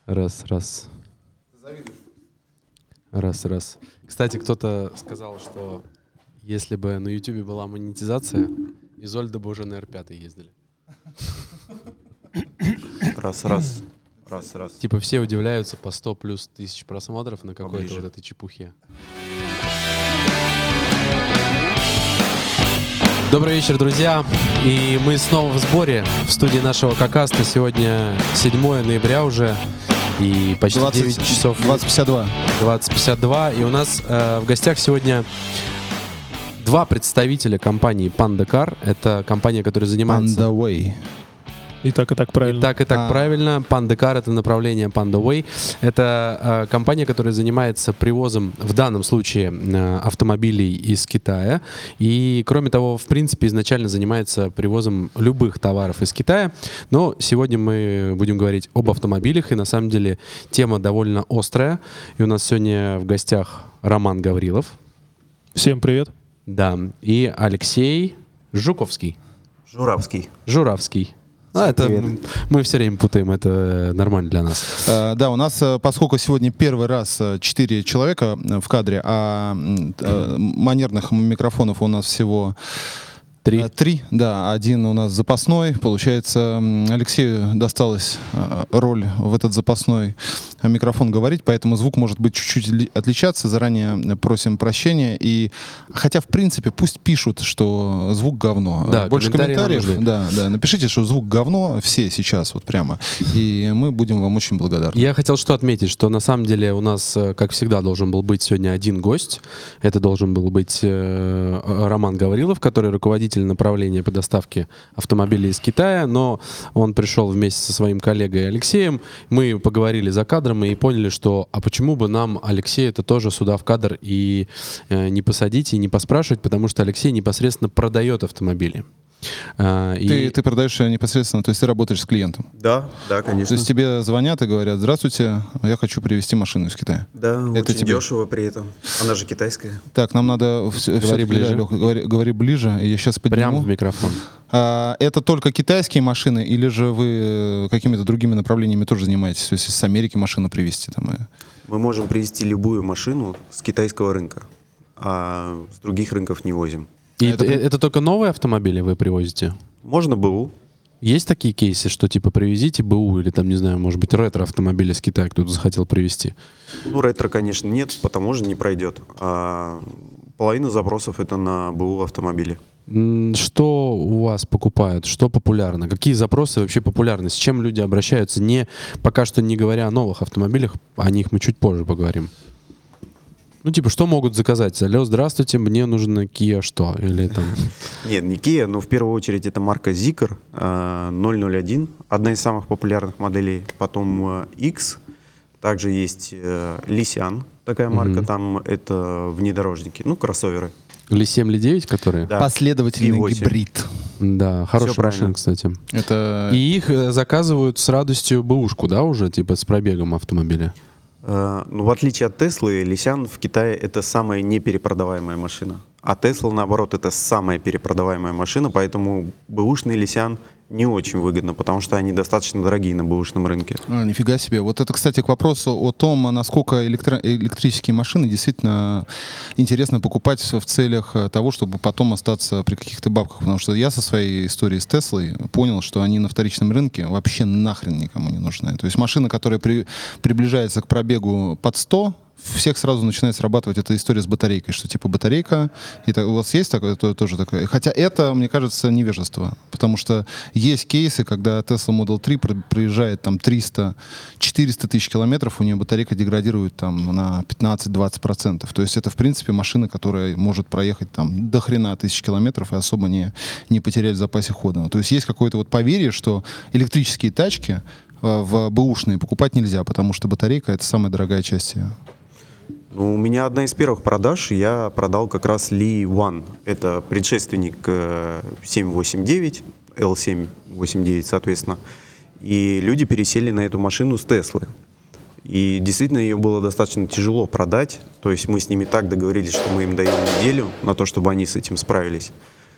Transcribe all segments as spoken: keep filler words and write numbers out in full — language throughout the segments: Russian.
Раз, раз. Раз, раз. Кстати, кто-то сказал, что если бы на Ютубе была монетизация, Изольда бы уже на эр пять ездили. Раз, раз. Раз, раз. Типа все удивляются по сто плюс тысяч просмотров на какой-то Поближе. вот этой чепухе. Добрый вечер, друзья. И мы снова в сборе в студии нашего Какаста. Сегодня седьмое ноября уже. И почти девять часов. двадцать пятьдесят два. двадцать пятьдесят два. И у нас э, в гостях сегодня два представителя компании Panda Car. Это компания, которая занимается... On the way. И так, и так правильно. И так, и так А. правильно. Panda Car — это направление Panda Way. Это э, компания, которая занимается привозом, в данном случае, э, автомобилей из Китая. И, кроме того, в принципе, изначально занимается привозом любых товаров из Китая. Но сегодня мы будем говорить об автомобилях. И, на самом деле, тема довольно острая. И у нас сегодня в гостях Роман Гаврилов. Всем привет. Да. И Алексей Жуковский. Журавский. Журавский. А, это привет. мы все время путаем, это нормально для нас. Э, Да, у нас, э, поскольку сегодня первый раз э, четыре человека э, в кадре, а м, э, манерных микрофонов у нас всего Три. э, три, да, один у нас запасной. Получается, м, Алексею досталась э, роль в этот запасной микрофон говорить, поэтому звук может быть чуть-чуть ли- отличаться. Заранее просим прощения. И хотя, в принципе, пусть пишут, что звук говно. Да, Больше комментарии нам комментариев. нужны. Да, да. Напишите, что звук говно все сейчас вот прямо, и мы будем вам очень благодарны. Я хотел что отметить, что на самом деле у нас, э, как всегда, должен был быть сегодня один гость. Это должен был быть э, Роман Гаврилов, который руководитель направления по доставке автомобилей из Китая, но он пришел вместе со своим коллегой Алексеем. Мы поговорили за кадром и поняли, что а почему бы нам Алексея-то тоже сюда в кадр и э, не посадить, и не поспрашивать, потому что Алексей непосредственно продает автомобили. А, и- Ты, ты продаешь э, непосредственно, то есть ты работаешь с клиентом. Да, да, То конечно. есть тебе звонят и говорят: здравствуйте, я хочу привезти машину из Китая. Да, это очень тебе. дешево при этом. Она же китайская. Так, нам надо все, Говори ближе. говори, говори ближе, и я сейчас Прямо подниму. в микрофон. А, это только китайские машины, или же вы э, какими-то другими направлениями тоже занимаетесь? То есть с Америки машину привезти там? и- Мы можем привезти любую машину с китайского рынка, а с других рынков не возим. И Это- это, это только новые автомобили вы привозите? Можно БУ. Есть такие кейсы, что типа привезите БУ или там, не знаю, может быть, ретро-автомобили из Китая кто-то захотел привезти? Ну, ретро, конечно, нет, по таможне не пройдет. А половина запросов это на БУ автомобили. М, Что у вас покупают? Что популярно? Какие запросы вообще популярны? С чем люди обращаются? Не, пока что не говоря о новых автомобилях, о них мы чуть позже поговорим. Ну, типа, что могут заказать? Алло, здравствуйте, мне нужно Kia что? Или там... Нет, не Kia, но в первую очередь это марка Zeekr э, ноль ноль один, одна из самых популярных моделей. Потом э, X, также есть э, Lysian, такая марка, Мгм. там это внедорожники, ну, кроссоверы. Ли семь, Ли девять, которые? Да. Последовательный И восемь. гибрид. Да, хорошая правильно. машина, кстати. Это И их э, заказывают с радостью бэушку, да, уже, типа, с пробегом автомобиля? Э, ну, в отличие от Теслы, Lysian в Китае это самая неперепродаваемая машина. А Тесла, наоборот, это самая перепродаваемая машина, поэтому бэушный Lysian не очень выгодно, потому что они достаточно дорогие на бэушном рынке. А, нифига себе. Вот это, кстати, к вопросу о том, насколько электро- электрические машины действительно интересно покупать в целях э, того, чтобы потом остаться при каких-то бабках. Потому что я со своей историей с Теслой понял, что они на вторичном рынке вообще нахрен никому не нужны. То есть машина, которая при- приближается к пробегу под сто, всех сразу начинает срабатывать эта история с батарейкой, что типа батарейка, и так, у вас есть такое, то, тоже такое? Хотя это, мне кажется, невежество, потому что есть кейсы, когда Tesla Model три про- проезжает там триста-четыреста тысяч километров, у нее батарейка деградирует там на пятнадцать-двадцать процентов. То есть это, в принципе, машина, которая может проехать там до хрена тысяч километров и особо не, не потерять в запасе хода. То есть есть какое-то вот поверье, что электрические тачки э, в бэушные покупать нельзя, потому что батарейка — это самая дорогая часть ее. Ну, у меня одна из первых продаж, я продал как раз Li One. Это предшественник э, семь восемь девять, эл семь восемь девять, соответственно. И люди пересели на эту машину с Теслы. И действительно ее было достаточно тяжело продать. То есть мы с ними так договорились, что мы им даем неделю на то, чтобы они с этим справились.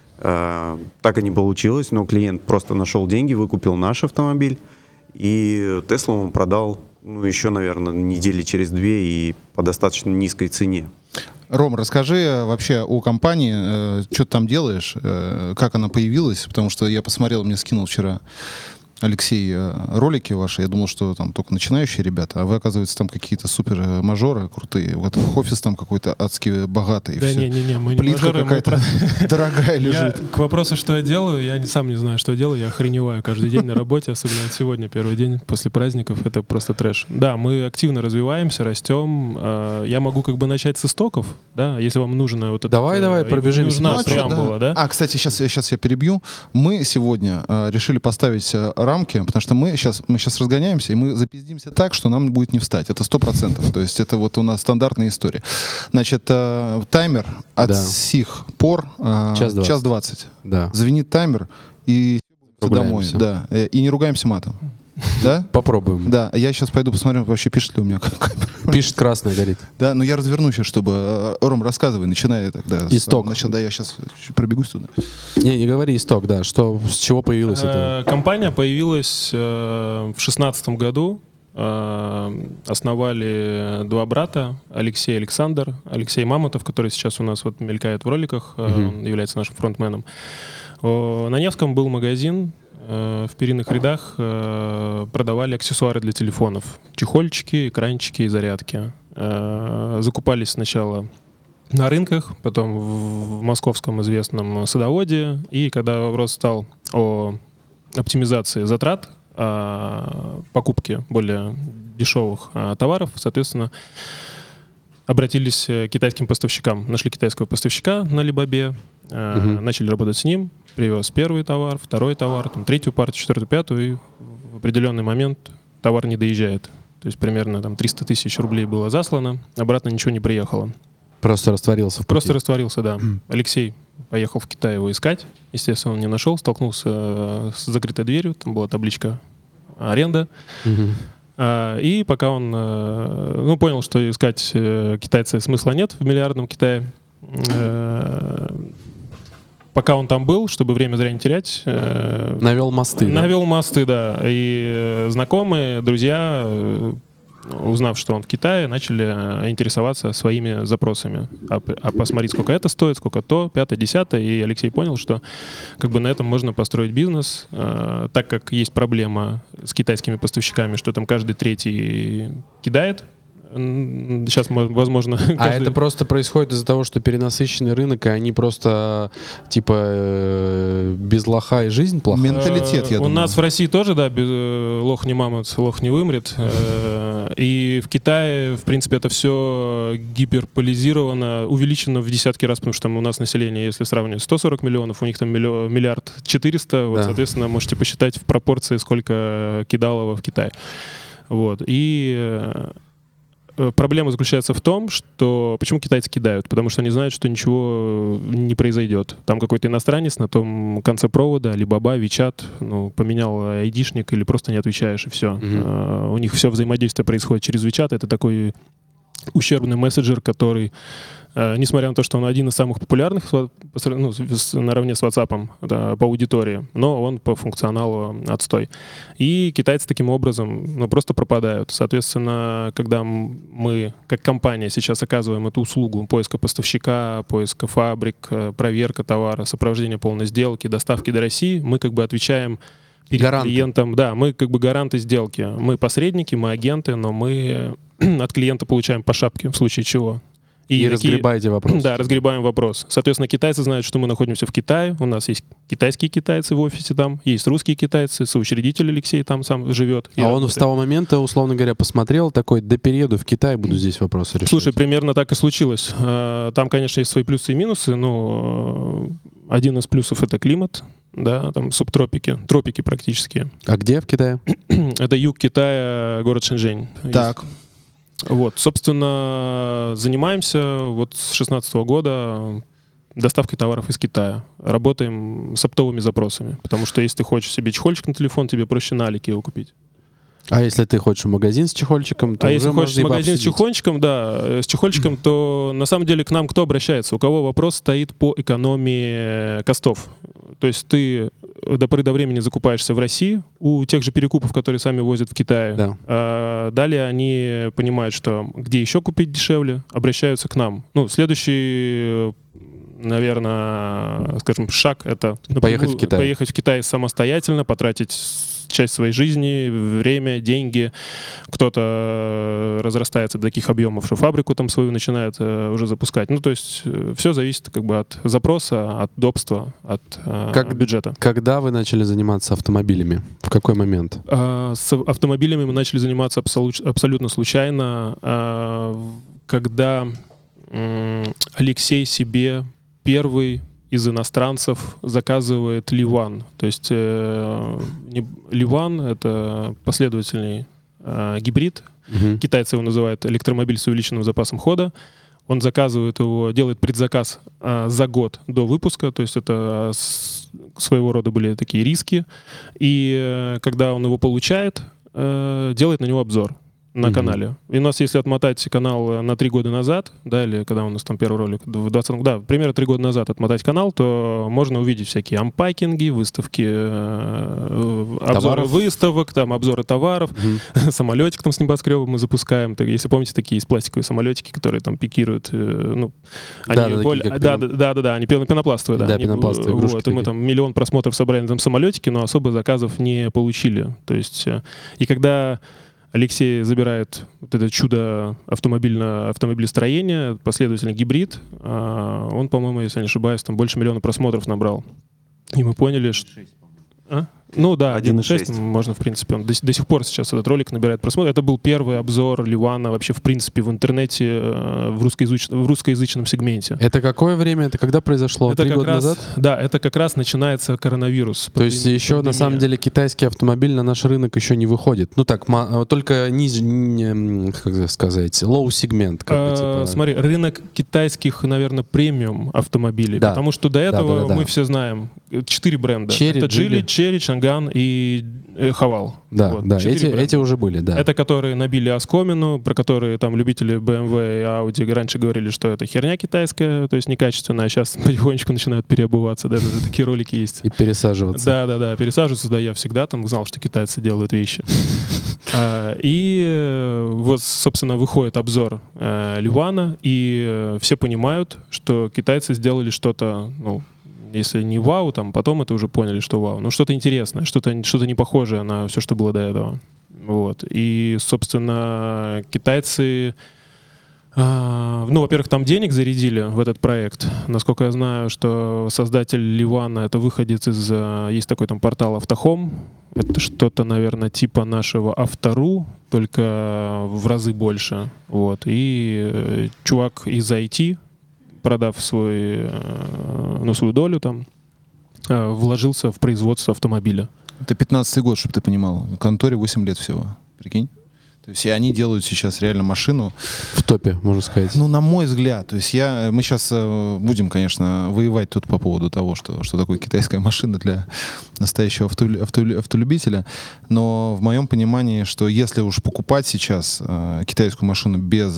Э, так и не получилось, но клиент просто нашел деньги, выкупил наш автомобиль. И Теслу он продал ну, еще, наверное, недели через две и по достаточно низкой цене. Ром, расскажи вообще о компании, э, что ты там делаешь, э, как она появилась, потому что я посмотрел, мне скинул вчера Алексей э, ролики ваши, я думал, что там только начинающие ребята, а вы, оказывается, там какие-то супер мажоры крутые, вот офис там какой-то адски богатый. Да не-не-не, мы не Плитка мажоры, мы какая-то дорогая Я, лежит. к вопросу, что я делаю, я не- сам не знаю, что я делаю, я охреневаю каждый день на работе, особенно вот сегодня, первый день после праздников, это просто трэш. Да, мы активно развиваемся, растем. Э, Я могу как бы начать с истоков, да, если вам нужно вот это... Давай, давай, пробежимся. Нужна Ну, а чё, преамбула, да? А, кстати, сейчас, сейчас я перебью. Мы сегодня э, решили поставить э, рамки, потому что мы сейчас, мы сейчас разгоняемся, и мы запиздимся так, что нам будет не встать. Это сто процентов. То есть это вот у нас стандартная история. Значит, э, таймер от Да. сих пор э, Час двадцать. час двадцать. Да. Звенит таймер, и домой. Ругаемся. Да. Э, И не ругаемся матом. Да? Попробуем. Да, я сейчас пойду посмотрю, вообще пишет ли у меня камера. Пишет красное, горит. Да, но я разверну сейчас, чтобы... э, Ром, рассказывай, начинай тогда. с- Исток. Значит, да, я сейчас пробегусь туда. Не, не говори исток, да. Что, с чего появилось это? Э, Компания появилась э, в шестнадцатом году. Э, Основали два брата, Алексей и Александр. Алексей Мамонтов, который сейчас у нас вот мелькает в роликах, э, Мгм. он является нашим фронтменом. О, На Невском был магазин, э, в передних рядах э, продавали аксессуары для телефонов. Чехольчики, экранчики и зарядки. Э, Закупались сначала на рынках, потом в в московском известном садоводе. И когда вопрос стал о оптимизации затрат, о покупке более дешевых а, товаров, соответственно, обратились к китайским поставщикам. Нашли китайского поставщика на Алибабе, э, Мгм. начали работать с ним, привез первый товар, второй товар, там, третью партию, четвертую, пятую, и в определенный момент товар не доезжает. То есть примерно там триста тысяч рублей было заслано, обратно ничего не приехало. Просто растворился в Просто пути. растворился, да. Алексей поехал в Китай его искать. Естественно, он не нашел, столкнулся э, с закрытой дверью, там была табличка «Аренда». Мгм. А, И пока он э, ну, понял, что искать э, китайца смысла нет в миллиардном Китае, э, пока он там был, чтобы время зря не терять, э, Навел мосты. да? навел мосты, да. И э, знакомые, друзья, э, узнав, что он в Китае, начали э, интересоваться своими запросами. А, п- а посмотри, сколько это стоит, сколько то, пятое, десятое. И Алексей понял, что как бы на этом можно построить бизнес, э, так как есть проблема с китайскими поставщиками, что там каждый третий кидает. М, Сейчас, мо- возможно, А каждый- это просто происходит из-за того, что перенасыщенный рынок, и они просто типа э, без лоха и жизнь плохая. Менталитет, я У думаю. нас в России тоже, да, без- э, лох не мамонт, лох не вымрет. Э, И в Китае, в принципе, это все гиперполизировано, увеличено в десятки раз, потому что там у нас население, если сравнивать, сто сорок миллионов, у них там миллио- миллиард четыреста. Вот, Да. соответственно, можете посчитать в пропорции, сколько кидалово в Китае. Вот. И э, э, проблема заключается в том, что почему китайцы кидают? Потому что они знают, что ничего не произойдет. Там какой-то иностранец на том конце провода, Alibaba, WeChat, ну, поменял айдишник или просто не отвечаешь, и все. Мгм. У них все взаимодействие происходит через WeChat. Это такой ущербный мессенджер, который, э, несмотря на то, что он один из самых популярных с ва- по срав- ну, с- с- наравне с WhatsApp, да, по аудитории, но он по функционалу отстой. И китайцы таким образом ну, просто пропадают. Соответственно, когда м- мы, как компания, сейчас оказываем эту услугу поиска поставщика, поиска фабрик, э, проверка товара, сопровождение полной сделки, доставки до России, мы как бы отвечаем перед Гаранты. клиентом. Да, мы как бы гаранты сделки. Мы посредники, мы агенты, но мы от клиента получаем по шапке, в случае чего. И, такие- разгребаете вопрос. Да, разгребаем вопрос. Соответственно, китайцы знают, что мы находимся в Китае. У нас есть китайские китайцы в офисе там, есть русские китайцы, соучредитель Алексей там сам живет. и А он работает. с того момента, условно говоря, посмотрел, такой, да перееду в Китай, буду здесь вопросы решать. Слушай, примерно так и случилось. Э, Там, конечно, есть свои плюсы и минусы, но э, один из плюсов — это климат, да, там субтропики, тропики практически. А где в Китае? Это юг Китая, город Шэньчжэнь. Так. Вот, собственно, занимаемся вот с шестнадцатого года доставкой товаров из Китая. Работаем с оптовыми запросами, потому что если ты хочешь себе чехольчик на телефон, тебе проще на Алике его купить. А если ты хочешь в магазин с чехольчиком, то А уже если хочешь можно в и магазин с пообсудить. чехольчиком, да, э, с чехольчиком, то на самом деле к нам кто обращается? У кого вопрос стоит по экономии э, костов? То есть ты до поры до времени закупаешься в России у тех же перекупов, которые сами возят в Китае. Да. А далее они понимают, что где еще купить дешевле, обращаются к нам. Ну, следующий, наверное, скажем, шаг — это напрямую Поехать в Китай. поехать в Китай самостоятельно, потратить часть своей жизни, время, деньги. Кто-то разрастается до таких объемов, что фабрику там свою начинает э, уже запускать. Ну, то есть э, все зависит как бы от запроса, от удобства, от э, Как- бюджета. Когда вы начали заниматься автомобилями? В какой момент? А, С автомобилями мы начали заниматься абсолю- абсолютно случайно, а, в- когда м, Алексей себе первый из иностранцев заказывает Ливан. То есть э, не- Ливан — это последовательный э, гибрид. Мгм. Китайцы его называют электромобиль с увеличенным запасом хода. Он заказывает его, делает предзаказ а, за год до выпуска, то есть это а, с- своего рода были такие риски. И э, когда он его получает, э, делает на него обзор на Мгм. канале. И у нас, если отмотать канал на три года назад, да, или когда у нас там первый ролик, в двадцатом, да, примерно три года назад отмотать канал, то можно увидеть всякие ампакинги, выставки, э, обзоры Товаров. выставок, там обзоры товаров, Мгм. самолетик там с небоскреба мы запускаем. Так, если помните, такие из пластиковые самолетики, которые там пикируют, э, ну, Да, они да, более- такие, как да, пено- да, да, да, да, они пено- пенопластовые, да. Да, Они, пенопластовые э, игрушки вот, и мы такие. там миллион просмотров собрали на этом самолетике, но особо заказов не получили. То есть, э, и когда Алексей забирает вот это чудо автомобильно, автомобилестроения, последовательно гибрид, а, он, по-моему, если я не ошибаюсь, там больше миллиона просмотров набрал. И мы поняли, что... А? Ну да, один и один и шесть шесть. можно, в принципе. Он до, с- до сих пор сейчас этот ролик набирает просмотры. Это был первый обзор Ливана вообще, в принципе, в интернете э, в, русскоязыч- в русскоязычном сегменте. Это какое время? Это когда произошло? Это Три как года раз, назад? да, это как раз начинается коронавирус. То есть пандемия- еще на пандемия. самом деле китайский автомобиль на наш рынок еще не выходит. Ну так, ма- только низ, не, как сказать, low сегмент. Как бы, Э, типа. Смотри, рынок китайских, наверное, премиум автомобилей, Да. потому что до этого да, да, да. мы все знаем э, четыре бренда. Черри, Это Джили, Джили. Черри, Чанган и э, Хавал. Да, Вот, да, четыре эти, бренда. эти уже были, да. Это которые набили оскомину, про которые там любители бэ эм вэ и Audi раньше говорили, что это херня китайская, то есть некачественная, а сейчас потихонечку начинают переобуваться, да, даже такие ролики есть. И пересаживаться. Да, да, да, пересаживаться, да, я всегда там знал, что китайцы делают вещи. А, И э, вот, собственно, выходит обзор э, Ливана, и э, все понимают, что китайцы сделали что-то, ну, если не вау, там, потом это уже поняли, что вау, но что-то интересное, что-то что-то не похожее на все, что было до этого. Вот. И, собственно, китайцы, а, ну, во-первых, там денег зарядили в этот проект. Насколько я знаю, что создатель Ливана — это выходец из... а, Есть такой там портал Автохом. Это что-то, наверное, типа нашего Автору, только в разы больше. Вот. И э, чувак из ай ти, продав свой, э, ну, свою долю там, э, вложился в производство автомобиля. Это пятнадцатый год, чтобы ты понимал. В конторе восемь лет всего. Прикинь? То есть и они делают сейчас реально машину. В топе, можно сказать. Ну, на мой взгляд, то есть я, мы сейчас э, будем, конечно, воевать тут по поводу того, что, что такое китайская машина для настоящего авто, авто, автолюбителя, но в моем понимании, что если уж покупать сейчас э, китайскую машину без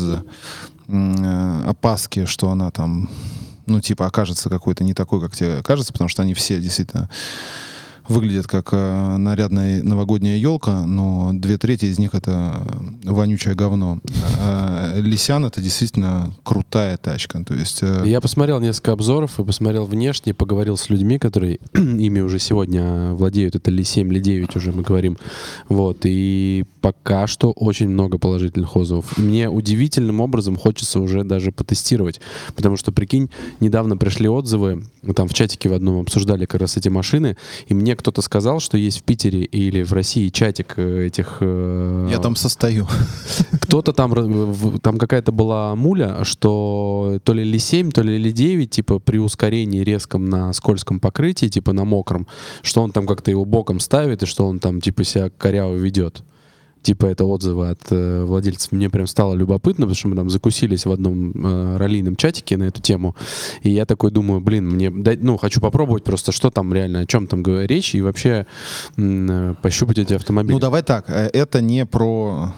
э, опаски, что она там, ну, типа, окажется какой-то не такой, как тебе кажется, потому что они все действительно выглядят как э, нарядная новогодняя елка, но две трети из них это вонючее говно. А Лисян — это действительно крутая тачка. То есть, э, Я посмотрел несколько обзоров и посмотрел внешне, поговорил с людьми, которые ими уже сегодня владеют. Это Ли семь, Ли девять уже мы говорим. Вот. И пока что очень много положительных отзывов. Мне удивительным образом хочется уже даже потестировать. Потому что, прикинь, недавно пришли отзывы, мы там в чатике в одном обсуждали как раз эти машины, и мне кто-то сказал, что есть в Питере или в России чатик э, этих... э, я там состою. Кто-то там, ра- в- там какая-то была муля, что то ли Ли семь, то ли Ли девять, типа при ускорении резком на скользком покрытии, типа на мокром, что он там как-то его боком ставит, и что он там типа себя коряво ведет. типа это отзывы от э, владельцев, мне прям стало любопытно, потому что мы там закусились в одном э, раллийном чатике на эту тему, и я такой думаю, блин, мне, дай, ну, хочу попробовать просто, что там реально, о чем там говорит речь, и вообще м, пощупать эти автомобили. Ну, давай так, э, это не про...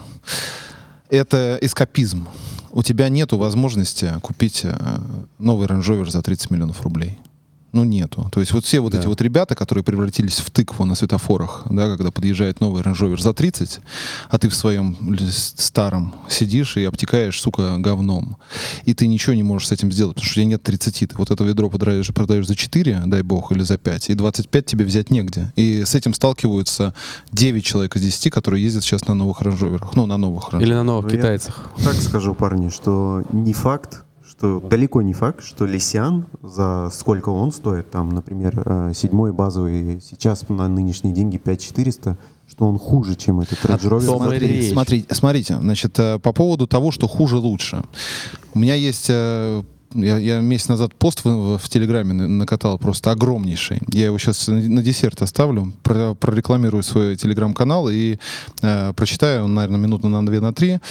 Это эскапизм. У тебя нету возможности купить э, новый Range Rover за тридцать миллионов рублей. Ну, нету. То есть вот все вот Да. эти вот ребята, которые превратились в тыкву на светофорах, да, когда подъезжает новый Range Rover за тридцать, а ты в своем л- старом сидишь и обтекаешь, сука, говном. И ты ничего не можешь с этим сделать, потому что у тебя нет тридцати. Ты вот это ведро продаешь, продаешь за четыре, дай бог, или за пять, и двадцать пять тебе взять негде. И с этим сталкиваются девять человек из десяти, которые ездят сейчас на новых Range Rover'ах. Ну, на новых Range Rover'ах. Или на новых Ну, я китайцах. Так скажу, парни, что не факт, что далеко не факт, что Лисян, за сколько он стоит, там, например, э, седьмой базовый, сейчас на нынешние деньги пять тысяч четыреста, что он хуже, чем этот Range Rover. том и Смотри, речь. смотри, смотрите, значит, э, по поводу того, что хуже лучше. У меня есть, э, я, я месяц назад пост в, в Телеграме на- накатал просто огромнейший. Я его сейчас на, на десерт оставлю, про- прорекламирую свой Телеграм-канал и э, прочитаю, он, наверное, минуты на две, на три,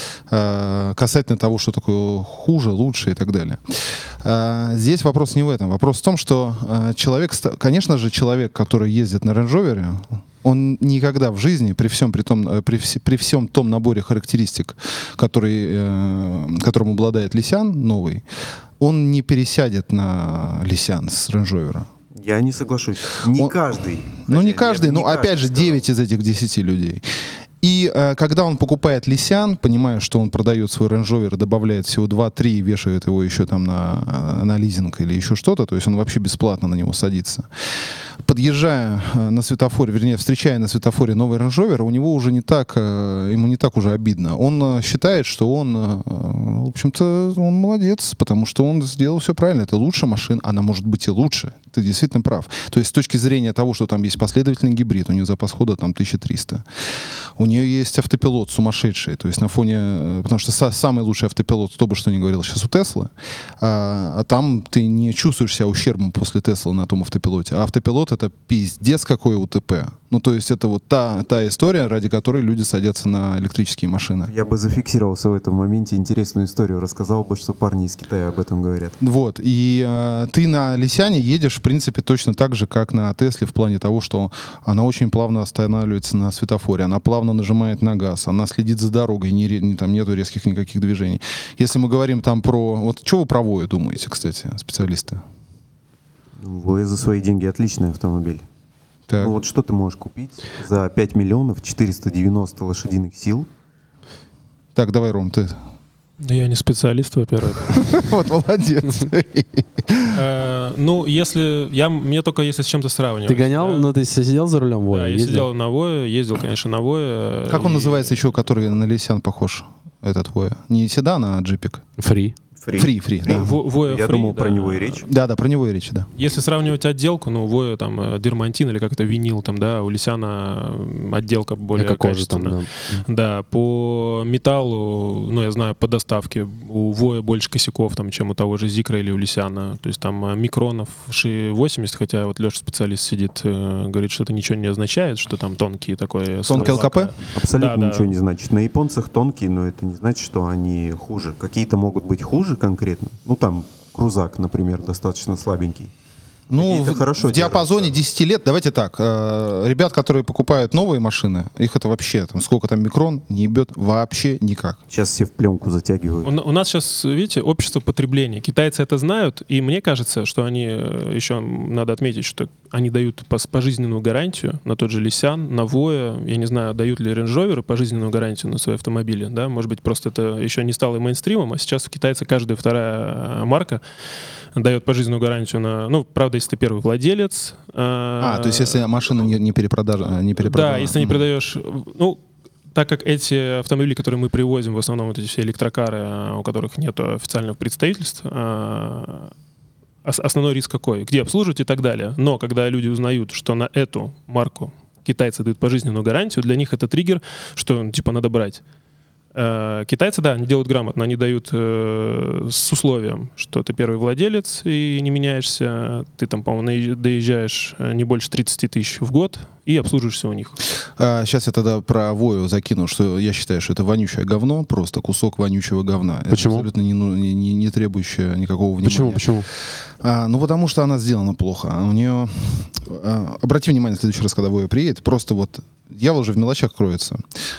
э, касательно того, что такое хуже, лучше и так далее. Э, здесь вопрос не в этом. Вопрос в том, что э, человек, ста- конечно же, человек, который ездит на Range Rover, он никогда в жизни, при всем, при том, э, при, вс- при всем том наборе характеристик, который, э, которым обладает Лисян новый, он не пересядет на Лисян с Range Rover. Я не соглашусь. Не Он- каждый. Ну, не Хозяин, каждый, я бы но не каждый опять же, сказал. девять из этих десяти людей. И э, когда он покупает Лисян, понимая, что он продает свой Range Rover, добавляет всего два-три и вешает его еще там на, э, на лизинг или еще что-то, то есть он вообще бесплатно на него садится. Подъезжая э, на светофоре, вернее, встречая на светофоре новый Range Rover, у него уже не так, э, ему не так уже обидно. Он э, считает, что он, э, в общем-то, он молодец, потому что он сделал все правильно. Это лучшая машина, она может быть и лучше. Ты действительно прав. То есть с точки зрения того, что там есть последовательный гибрид, у него запас хода там тысяча триста. У нее есть автопилот сумасшедший, то есть на фоне, э, потому что са- самый лучший автопилот, кто бы что ни говорил сейчас у Теслы, а, а там ты не чувствуешь себя ущербом после Теслы на том автопилоте. А автопилот — это пиздец какой УТП. Ну, то есть это вот та, та история, ради которой люди садятся на электрические машины. Я бы зафиксировался в этом моменте, интересную историю рассказал бы, что парни из Китая об этом говорят. Вот, и э, ты на Лисяне едешь, в принципе, точно так же, как на Тесле, в плане того, что она очень плавно останавливается на светофоре, она плавно нажимает на газ, она следит за дорогой, не, ре- не, там нету резких никаких движений. Если мы говорим там про... Вот что вы про Вою думаете, кстати, специалисты? Вы за свои деньги отличный автомобиль. Так. Ну вот что ты можешь купить за пять миллионов четыреста девяносто лошадиных сил? Так, давай, Ром, ты. Да я не специалист, во-первых. Вот, молодец. Э, Ну, если... я Мне только если с чем-то сравнивать. Ты гонял, да. ну ты сидел за рулем? Вова, Да, я ездил? сидел на Вое, ездил, конечно, на Вое. Как он и- называется еще, который на Лисян похож? Этот Воя. Не седан, а джипик. Фри. Фри, фри, да. Во- Voya Я Free, думал, да. про него и речь. Да, да, про него и речь, да. Если сравнивать отделку, ну, Voya там э, дермантин или как это, винил там, да, у Лисяна м, отделка более Эко-кожа там, качественная. да. Да, по металлу, ну, я знаю, по доставке у Voya больше косяков, там, чем у того же Зикра или у Лисяна. То есть там э, микронов ши восемьдесят, хотя вот Леша специалист сидит, э, говорит, что это ничего не означает, что там тонкие такое... Тонкий лака. ЛКП? Абсолютно Да, да. ничего не значит. На японцах тонкие, но это не значит, что они хуже. Какие-то могут быть хуже конкретно. Ну там крузак, например, достаточно слабенький. Ну, Какие-то в, хорошо в диапазоне держатся. десяти лет, давайте так, э, ребят, которые покупают новые машины, их это вообще, там, сколько там микрон, не ебет вообще никак. Сейчас все в пленку затягивают. У, на- у нас сейчас, видите, общество потребления. Китайцы это знают, и мне кажется, что они э, еще надо отметить, что они дают пос- пожизненную гарантию на тот же Лисян, на Воя. Я не знаю, дают ли Range Rover пожизненную гарантию на свои автомобили. Да? Может быть, просто это еще не стало мейнстримом, а сейчас у китайцев каждая вторая марка дает пожизненную гарантию на... Ну, правда, если ты первый владелец. А, то есть если машина не, не перепродажа, не перепродана. Да, если не Мгм. продаешь... Ну, так как эти автомобили, которые мы привозим, в основном вот эти все электрокары, а, у которых нет официального представительства, а, ос- основной риск какой? Где обслуживать и так далее. Но когда люди узнают, что на эту марку китайцы дают пожизненную гарантию, для них это триггер, что, ну, типа, надо брать. Э, Китайцы, да, они делают грамотно, они дают э, с условием, что ты первый владелец и не меняешься, ты там, по-моему, наезж- доезжаешь э, не больше тридцать тысяч в год и обслуживаешься у них. А, сейчас я тогда про Вою закину, что я считаю, что это вонючее говно, просто кусок вонючего говна. Почему? Это абсолютно не, ну, не, не, не требующее никакого внимания. Почему? Почему? А, ну, потому что она сделана плохо. У нее... А, обрати внимание в следующий раз, когда Воя приедет, просто вот дьявол же в мелочах кроется.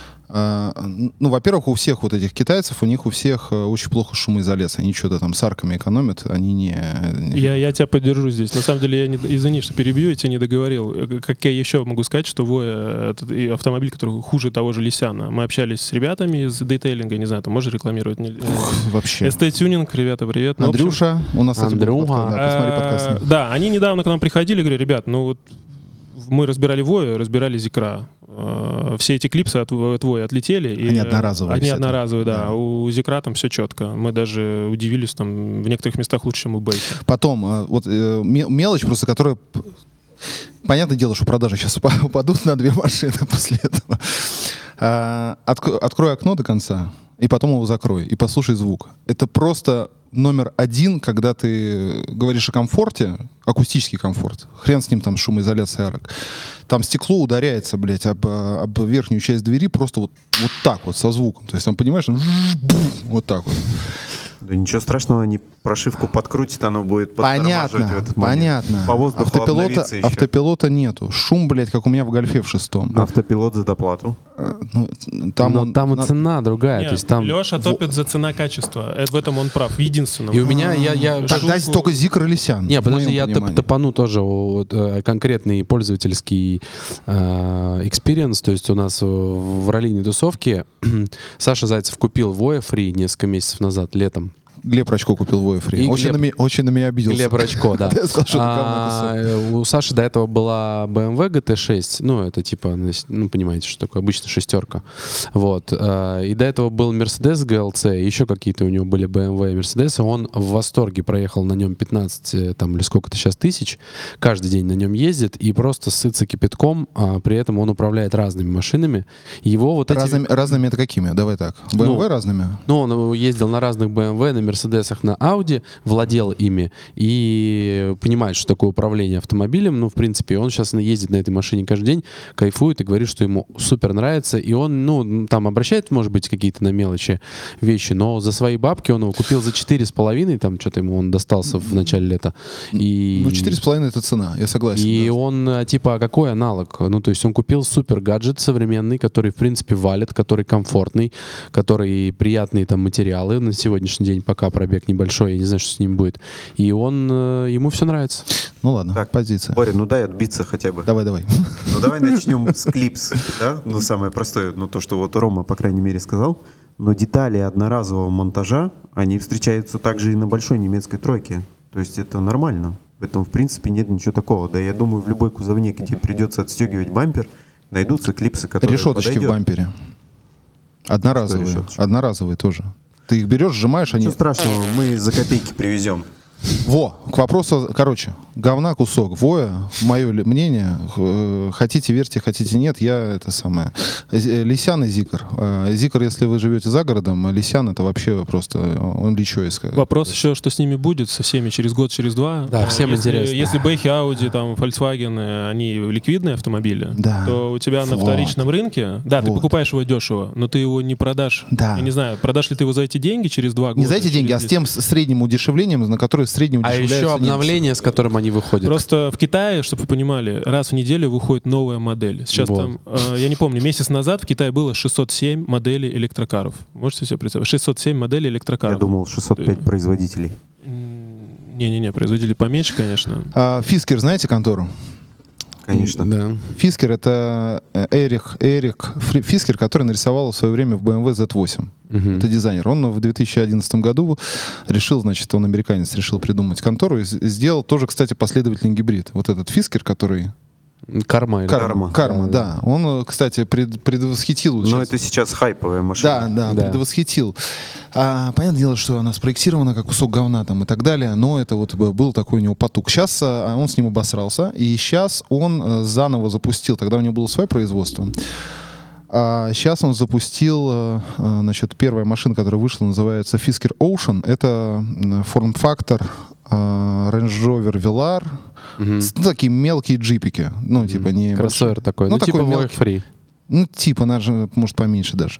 А, ну, во-первых, у всех вот этих китайцев, у них у всех а, очень плохо шумоизоляция. Они что-то там с арками экономят, они не... Я, я тебя поддержу здесь. На самом деле, я не, извини, что перебью, я тебя не договорил. Как я еще могу сказать, что Воя — это и автомобиль, который хуже того же Лисяна. Мы общались с ребятами из детейлинга, не знаю, там можно рекламировать? Ух, вообще. эс ти-тюнинг, ребята, привет. Ну, в общем, Андрюша, у нас, кстати, был Андрюха. подкаст, да, посмотри подкаст. э, Да, они недавно к нам приходили, говорят, ребят, ну вот мы разбирали Вою, разбирали Зикра. Э, Все эти клипсы от, от Вои отлетели. и, Они одноразовые Они все, одноразовые, да. да. А у Зикра там все четко. Мы даже удивились, там в некоторых местах лучше, чем у Бейки. Потом, э, вот э, ме- мелочь просто, которая... п- Понятное дело, что продажи сейчас упа- упадут на две машины после этого. А, отк- Открой окно до конца, и потом его закрой, и послушай звук. Это просто номер один, когда ты говоришь о комфорте, акустический комфорт. Хрен с ним там шумоизоляция арок. Там стекло ударяется, блядь, об, об верхнюю часть двери просто вот, вот так вот, со звуком. То есть там, понимаешь, вот так вот. Да ничего страшного, они прошивку подкрутят, оно будет подтормаживать в Понятно, этот момент. понятно. По воздуху Автопилота, обновиться еще. автопилота нету. Шум, блядь, как у меня в Гольфе в шестом. Автопилот за доплату. Э, ну, там Но он... там и на- цена другая. Нет, то есть там... Леша топит за цена-качество. Это, в этом он прав. Единственное. И у меня, я, я Тогда шутку- только Зикр или Сян. Не, в подожди, моем я топ- понимании. топану тоже вот, э, конкретный пользовательский экспириенс. То есть у нас э, в раллийной тусовке Саша Зайцев купил Воя Фри несколько месяцев назад, летом. Глеб Рачко купил Воя Фри. И Очень, Глеб- на меня, очень на меня обиделся. Глеб Рачко, да. Я сказал, что это А, э, У Саши до этого была бэ эм вэ джи ти шесть. Ну, это типа, ну, понимаете, что такое, обычно шестерка. Вот. э, И до этого был Mercedes джи эл си, еще какие-то у него были бэ эм вэ и Mercedes. Он в восторге проехал на нем пятнадцать, э, там, или сколько-то сейчас тысяч. Каждый день на нем ездит и просто сытся кипятком. А при этом он управляет разными машинами. Его вот эти... Разными, разными это какими? Давай так. бэ эм вэ Ну, разными? Ну, он ездил на разных бэ эм вэ, на Мерседесах, на Audi, владел ими и понимает, что такое управление автомобилем. Ну, в принципе, он сейчас ездит на этой машине каждый день, кайфует и говорит, что ему супер нравится. И он, ну, там обращает, может быть, какие-то на мелочи вещи, но за свои бабки он его купил за четыре с половиной, там что-то ему он достался в начале лета. И... Ну, четыре с половиной это цена, я согласен. И да. он, э, типа, а какой аналог? Ну, то есть он купил супер гаджет современный, который, в принципе, валит, который комфортный, который приятные там материалы на сегодняшний день, пока пробег небольшой, я не знаю, что с ним будет. И он, э, ему все нравится. Ну ладно, Так, позиция. Боря, ну дай отбиться хотя бы. Давай, давай. Ну давай начнем с клипс, да? Ну самое простое, ну то, что вот Рома, по крайней мере, сказал. Но детали одноразового монтажа, они встречаются также и на большой немецкой тройке. То есть это нормально. В этом, в принципе, нет ничего такого. Да я думаю, в любой кузовне, где придется отстегивать бампер, найдутся клипсы, которые Решеточки подойдет. в бампере. Одноразовые. Что решеточки? Одноразовые тоже. Ты их берешь, сжимаешь, они... Ничего страшного, мы за копейки привезем. Во, к вопросу, короче, говна кусок. Воя, мое ли- мнение, э, хотите верьте, хотите нет, я это самое. З- Лисян и Зикр. Э, Зикр, если вы живете за городом, а Лисян это вообще просто, э, он личо искать. Вопрос еще, что с ними будет, со всеми через год, через два. Да, всем если, интересно. Если Бэхи, Ауди, там, Volkswagen, они ликвидные автомобили, Да. то у тебя на Вот. вторичном рынке, да, ты Вот. покупаешь его дешево, но ты его не продашь. Да. Я не знаю, продашь ли ты его за эти деньги через два года? Не за эти деньги, а через с тем с- средним удешевлением, на которое средним А удешевляются еще немцы. обновление, с которым они выходят. Просто в Китае, чтобы вы понимали, раз в неделю выходит новая модель. Сейчас Вот. там, э, я не помню, месяц назад в Китае было шестьсот семь моделей электрокаров. Можете себе представить? шестьсот семь моделей электрокаров. Я думал, шестьсот пять производителей. М, Не-не-не, производители поменьше, конечно. А, Фискер, знаете контору? Конечно. Да. Фискер это э, Эрих, Эрик Фри- Фискер, который нарисовал в свое время в бэ эм вэ зет восемь. Мгм. Это дизайнер. Он в две тысячи одиннадцатом году решил, значит, он американец, решил придумать контору и с- сделал тоже, кстати, последовательный гибрид. Вот этот Фискер, который... Карма. или- Карма. Карма. Карма, да. Он, э, кстати, пред- предвосхитил... вот Но сейчас- это сейчас хайповая машина. Да, да, Да. предвосхитил. А, понятное дело, что она спроектирована как кусок говна там и так далее, но это вот б- был такой у него потуг. Сейчас а, он с ним обосрался, и сейчас он э, заново запустил, тогда у него было свое производство, А сейчас он запустил, э, э, значит, первая машина, которая вышла, называется Fisker Ocean. Это м, форм-фактор э, Range Rover Velar. Мгм. С- ну, такие мелкие джипики. Ну, типа не... Кроссовер такой. Ну, Ну, типа такой Voyage мелкий. Free. Ну, типа, даже, может, поменьше даже.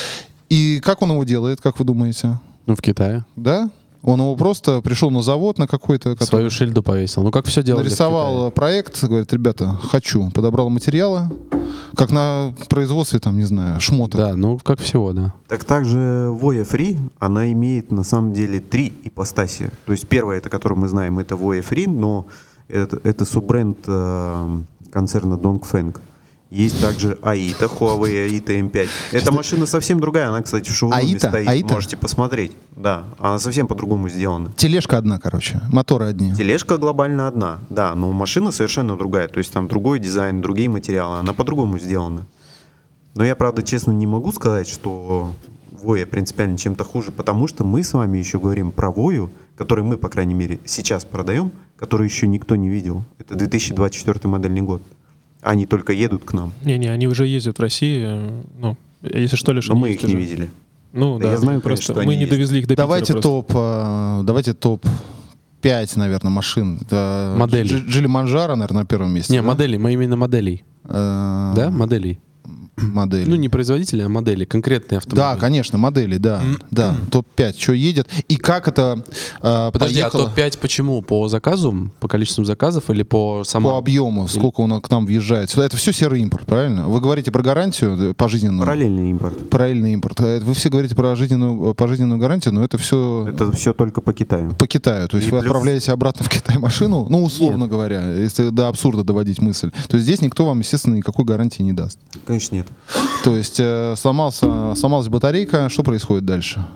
И как он его делает, как вы думаете? Ну, в Китае. Да? Он его просто пришел на завод на какой-то... который- Свою шильду повесил. Ну, как все делали в нарисовал проект, говорит, ребята, хочу. Подобрал материалы, как на производстве, там, не знаю, шмоток. Китае. Да, ну, как всего, да. Так также Voya Free, она имеет на самом деле три ипостаси. То есть первая, это которую мы знаем, это Voya Free, но это, это суббренд э, концерна Dongfeng. Есть также Аита, Huawei Аита эм пять. Эта машина совсем другая, она, кстати, в шоуруме Аита? стоит, Аита? можете посмотреть. Да, она совсем по-другому сделана. Тележка одна, короче, моторы одни. Тележка глобально одна, да, но машина совершенно другая. То есть там другой дизайн, другие материалы, она по-другому сделана. Но я, правда, честно не могу сказать, что Voya принципиально чем-то хуже, потому что мы с вами еще говорим про Voya, который мы, по крайней мере, сейчас продаем, который еще никто не видел. Это две тысячи двадцать четвёртый модельный год. Они только едут к нам, Не-не, они уже ездят в России. э, Ну, если что, лишь но они мы есть их не уже. видели. Ну, Да да, я знаю, просто конечно, что мы они не есть. довезли их до Питера Давайте просто. топ, э, давайте топ пять, наверное, машин. Это Моделей. Дж- Джили Манджаро, наверное, на первом месте. Не, да? моделей, мы именно моделей. Э, Да, моделей. Модели. Ну, не производители, а модели, конкретные автомобили. Да, конечно, модели, да. Да, топ пять. Что едет? И как это э, Подожди, поехало а топ пять почему? По заказу? По количеству заказов или по самому? по объему? Сколько он к нам въезжает? Сюда это все серый импорт, правильно? Вы говорите про гарантию э, пожизненную? Параллельный импорт. Параллельный импорт. Э, Вы все говорите про жизненную, пожизненную гарантию, но это все Это все только по Китаю. по Китаю. То есть И вы плюс- отправляете обратно в Китай машину, ну, условно говоря, если до абсурда доводить мысль. То есть здесь никто вам, естественно, никакой гарантии не даст. Конечно, нет. То есть э, сломался, сломалась батарейка, что происходит дальше?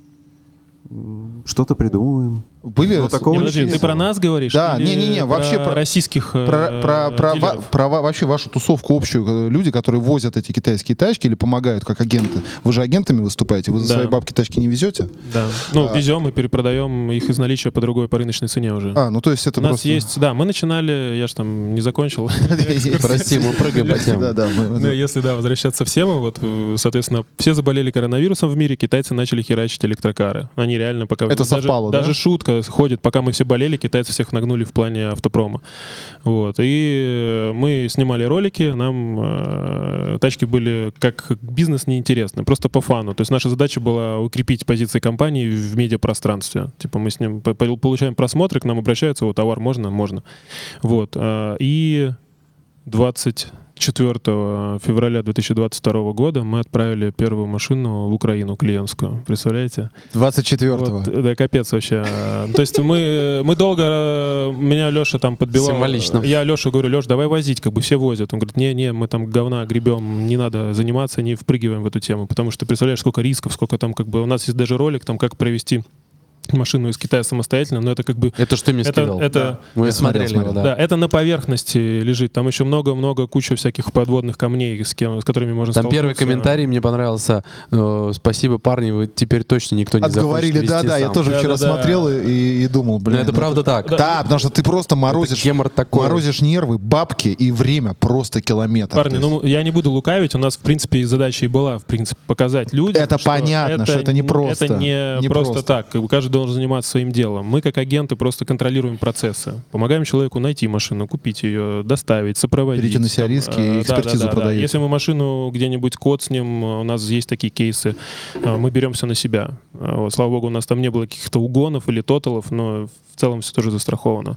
Что-то придумываем. Были Ну, такого Не, не подожди, ты честно. про нас говоришь? Да, или не-не-не, вообще про про- российских э, Про, про, про, ва- дилеров? про ва- вообще вашу тусовку общую, э, люди, которые возят эти китайские тачки или помогают как агенты. Вы же агентами выступаете, вы за Да. свои бабки тачки не везете? Да. Ну, А. везем и перепродаем их из наличия по другой, по рыночной цене уже. А, ну то есть это У нас просто... есть, да, мы начинали, я же там не закончил. Прости, мы прыгаем по темам. Да, да, мы- Ну, если, да, возвращаться в тему, вот, э, соответственно, все заболели коронавирусом в мире, китайцы начали херачить электрокары. Они реально пока... Это даже, совпало, да? Даже шутка ходит, пока мы все болели, китайцы всех нагнули в плане автопрома. Вот. И э, мы снимали ролики, нам э, тачки были как бизнес неинтересны, просто по фану. То есть наша задача была укрепить позиции компании в медиапространстве. Типа мы с ним по- по- получаем просмотры, к нам обращаются, вот товар можно, можно. Вот. э, И двадцать четвёртого февраля две тысячи двадцать второго года мы отправили первую машину в Украину, клиентскую. Представляете? двадцать четвёртого. Вот, да, капец вообще. То есть мы, мы долго... э, Меня Леша там подбивал. Символично. Я Леша говорю, Леш, давай возить, как бы все возят. Он говорит, не-не, мы там говна гребем, не надо заниматься, не впрыгиваем в эту тему. Потому что представляешь, сколько рисков, сколько там как бы... У нас есть даже ролик, там, как провести машину из Китая самостоятельно, но это как бы... Это что ты мне Это, скидал? это, Мы Я смотрел, смотрели его, смотрел. да. да, это на поверхности лежит. Там еще много-много, куча всяких подводных камней, с, кем, с которыми можно Там первый столкнуться. комментарий мне понравился. э, Спасибо, парни, вы теперь точно никто не Отговорили, захочет вести да, да, я сам. тоже Да, вчера да, да. смотрел и, и думал, Ну, блин. это ну правда так. Да, потому что ты просто морозишь, гемор такой. морозишь нервы, бабки и время просто километр. Парни, То есть ну я не буду лукавить, у нас, в принципе, задача и была, в принципе, показать людям. Это что понятно, что это не просто. Это не, Не просто, просто. так. Как бы каждый должен заниматься своим делом. Мы, как агенты, просто контролируем процессы. Помогаем человеку найти машину, купить ее, доставить, сопроводить. Берите на себя Там, риски, э, экспертизу да, да, да, да. продаете. Если мы машину где-нибудь код с ним, у нас есть такие кейсы, э, мы беремся на себя. Э, вот, слава богу, у нас там не было каких-то угонов или тоталов, но в целом все тоже застраховано.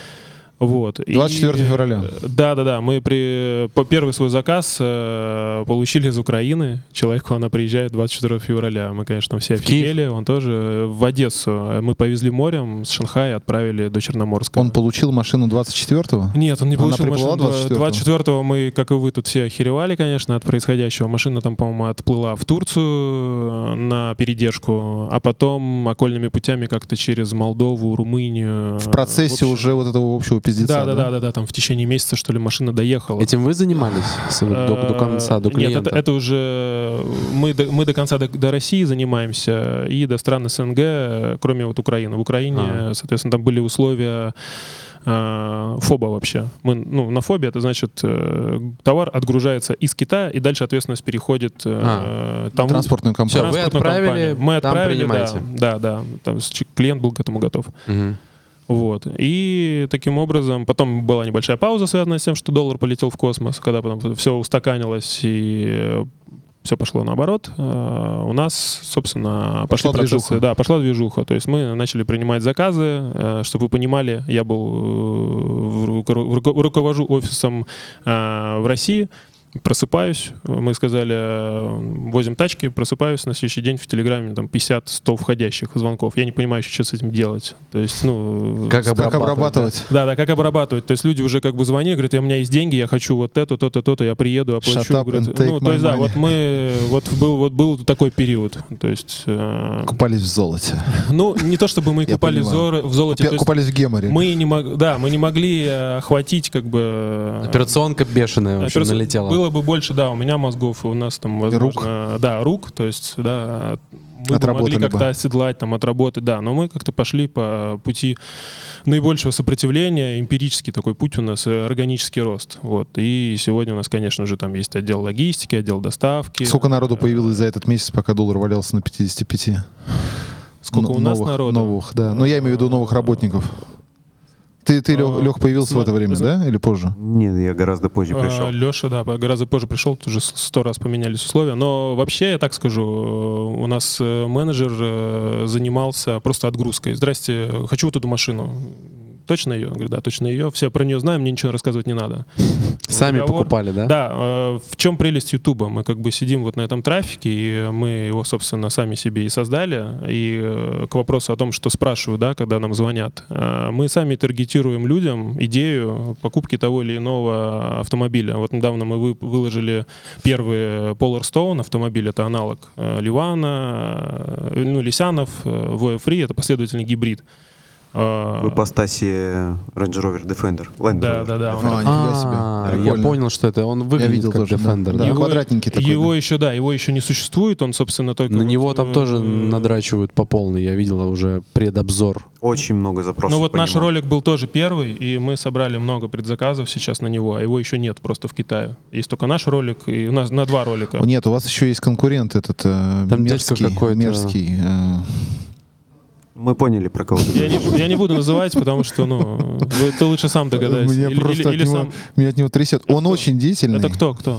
Вот. двадцать четвёртого февраля. Да, да, да. Мы при по первый свой заказ э, получили из Украины. Человеку она приезжает двадцать четвёртого февраля. Мы, конечно, все В Киев? офигели. Он тоже в Одессу. Мы повезли морем с Шанхая, отправили до Черноморска. Он получил машину двадцать четвёртого? Нет, он не Она получил приплыла машину. двадцать четвёртого? двадцать четвёртого мы, как и вы, тут все охеревали, конечно, от происходящего. Машина там, по-моему, отплыла в Турцию на передержку, а потом окольными путями как-то через Молдову, Румынию. В процессе общем, уже вот этого общего пиздеца. Да, да, да, да, да, там в течение месяца, что ли, машина доехала. Этим вы занимались с- до, до конца, до Э, Нет, клиента? это, это уже мы до, мы до конца до, до России занимаемся и до стран СНГ, кроме вот Украины. В Украине, А. соответственно, там были условия э, ФОБа вообще. Мы, ну, на ФОБе это значит, э, товар отгружается из Китая, и дальше ответственность переходит э, тому- Транспортную компанию. Всё, вы транспортную отправили, компанию. Мы там отправили, да, принимаете. да, да, там с- клиент был к этому готов. Мгм. Вот. И таким образом, потом была небольшая пауза, связанная с тем, что доллар полетел в космос, когда потом все устаканилось и все пошло наоборот. А у нас, собственно, пошли Пошла процессы. движуха. Да, пошла движуха. То есть мы начали принимать заказы. Чтобы вы понимали, я был э, в руко- в руко- руковожу офисом э, в России. Просыпаюсь, мы сказали, э, возим тачки, просыпаюсь, на следующий день в Телеграме там пятьдесят-сто входящих звонков. Я не понимаю, что с этим делать. То есть, ну... Как Как обрабатывать? Да, да, как обрабатывать. То есть люди уже как бы звонили, говорят, у меня есть деньги, я хочу вот это, то-то, то-то, я приеду, оплачу. Shut up Говорят, and take ну, то my есть, да, money. вот мы, вот был, вот был такой период. То есть, э, Купались в золоте. ну, не то чтобы мы Я купали в, понимаю. зор- в золоте, Купя- то есть Купались в геморе. мы не мог, да, мы не могли э, охватить как бы... э, Операционка бешеная, в общем, Операци- налетела. Было бы больше, да, у меня мозгов, у нас там, возможно, да, рук, то есть, да, мы бы Отработали могли как-то бы. оседлать, там, отработать, да, но мы как-то пошли по пути наибольшего сопротивления, эмпирический такой путь у нас, э, органический рост, вот, и сегодня у нас, конечно же, там есть отдел логистики, отдел доставки. Сколько народу появилось за этот месяц, пока доллар валялся на пятидесяти пяти? Сколько Ну, у нас новых, народу? Новых, да. Но я имею в виду новых работников. Ты, ты А, Лех, появился в сма- это время, да? Или позже? Нет, я гораздо позже пришел. Леша, да, гораздо позже пришел, тоже сто раз поменялись условия. Но вообще, я так скажу, э, у нас э, менеджер э, занимался просто отгрузкой. Здрасте, хочу вот эту машину. Точно ее? Говорю, да, точно ее. Все про нее знаем, мне ничего рассказывать не надо. Сами Договор. покупали, да? Да, э, в чем прелесть Ютуба? Мы как бы сидим вот на этом трафике, и мы его, собственно, сами себе и создали. И э, к вопросу о том, что спрашивают, да, когда нам звонят, э, мы сами таргетируем людям идею покупки того или иного автомобиля. Вот недавно мы вы- выложили первый Polar Stone автомобиль, это аналог э, Ливана, э, ну, Лисянов, э, Voya Free, это последовательный гибрид. Э, В ипостаси Range Rover Defender. Land Да, Rover. да, да. он А, нифига себе. А, я Прикольно. понял, что это. Он Я выглядит видел как тоже, да. Defender. Да, да? Его- квадратненький такой. Его да. еще, да, его еще не существует, он, собственно, только... На вот, него там э, тоже э, надрачивают по полной. Я видел уже предобзор. Очень много запросов. Ну вот по наш нему. ролик был тоже первый, и мы собрали много предзаказов сейчас на него, а его еще нет просто в Китае. Есть только наш ролик, и у нас на два ролика. Нет, у вас еще есть конкурент этот э, Там дядька мерзкий. какой-то. мерзкий э, Мы поняли, про кого ты Я не, я не буду называть, потому что, ну, вы- ты лучше сам догадаешься. Меня Или- просто или- от или него, сам. меня от него трясет. Он кто? очень деятельный. Это кто, кто?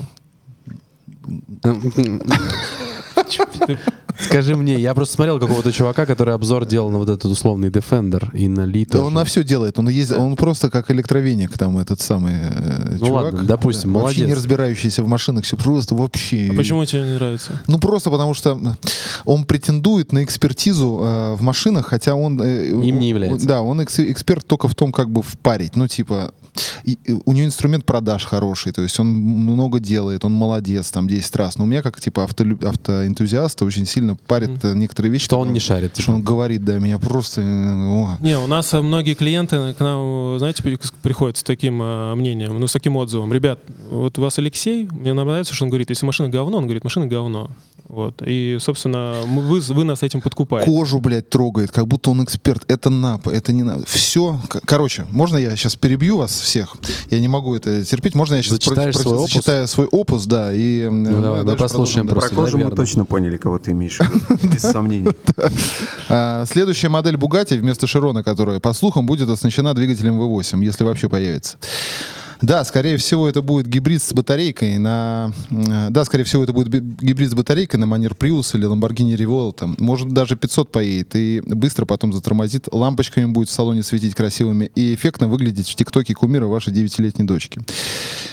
Скажи мне, я просто смотрел какого-то чувака, который обзор делал на вот этот условный Defender и на Ли Да тоже. он на все делает. Он, ездит, он просто как электровеник, там этот самый э, Ну чувак. ладно, допустим, Да, вообще молодец. не разбирающийся в машинах, все просто вообще. А почему тебе не нравится? Ну просто потому что он претендует на экспертизу э, в машинах, хотя он... э, Им не он- является. Да, он экс- эксперт только в том, как бы впарить. Ну типа, и- и у него инструмент продаж хороший, то есть он много делает, он молодец, там десять раз. Но у меня как типа автолю- автоэнтузиаста очень сильно парит э, некоторые вещи. Что он там, не шарит. Что типа. он говорит, да, меня просто... э, о. Не, у нас э, многие клиенты к нам, знаете, при- приходят с таким э, мнением, ну, с таким отзывом. Ребят, вот у вас Алексей, мне нравится, что он говорит, если машина говно, он говорит, машина говно. Вот. И, собственно, мы- вы, вы нас этим подкупаете. Кожу, блядь, трогает, как будто он эксперт. Это напа, это не надо. Все. Короче, можно я сейчас перебью вас всех? Я не могу это терпеть. Можно я сейчас Зачитаешь свой опус? зачитаю свой опус, да, и... э, Ну, давай, мы дальше послушаем продолжим, да. просто. Про кожу мы наверное. точно поняли, кого ты имеешь в виду. Без сомнений. А, Следующая модель Bugatti вместо Широна, которая, по слухам, будет оснащена двигателем ви восемь, если вообще появится. Да, скорее всего, это будет гибрид с батарейкой на... э, Да, скорее всего, это будет би- гибрид с батарейкой на манер Prius или Lamborghini Revolta. Может, даже пятьсот поедет и быстро потом затормозит. Лампочками будет в салоне светить красивыми и эффектно выглядеть в ТикТоке кумира вашей девятилетней дочки.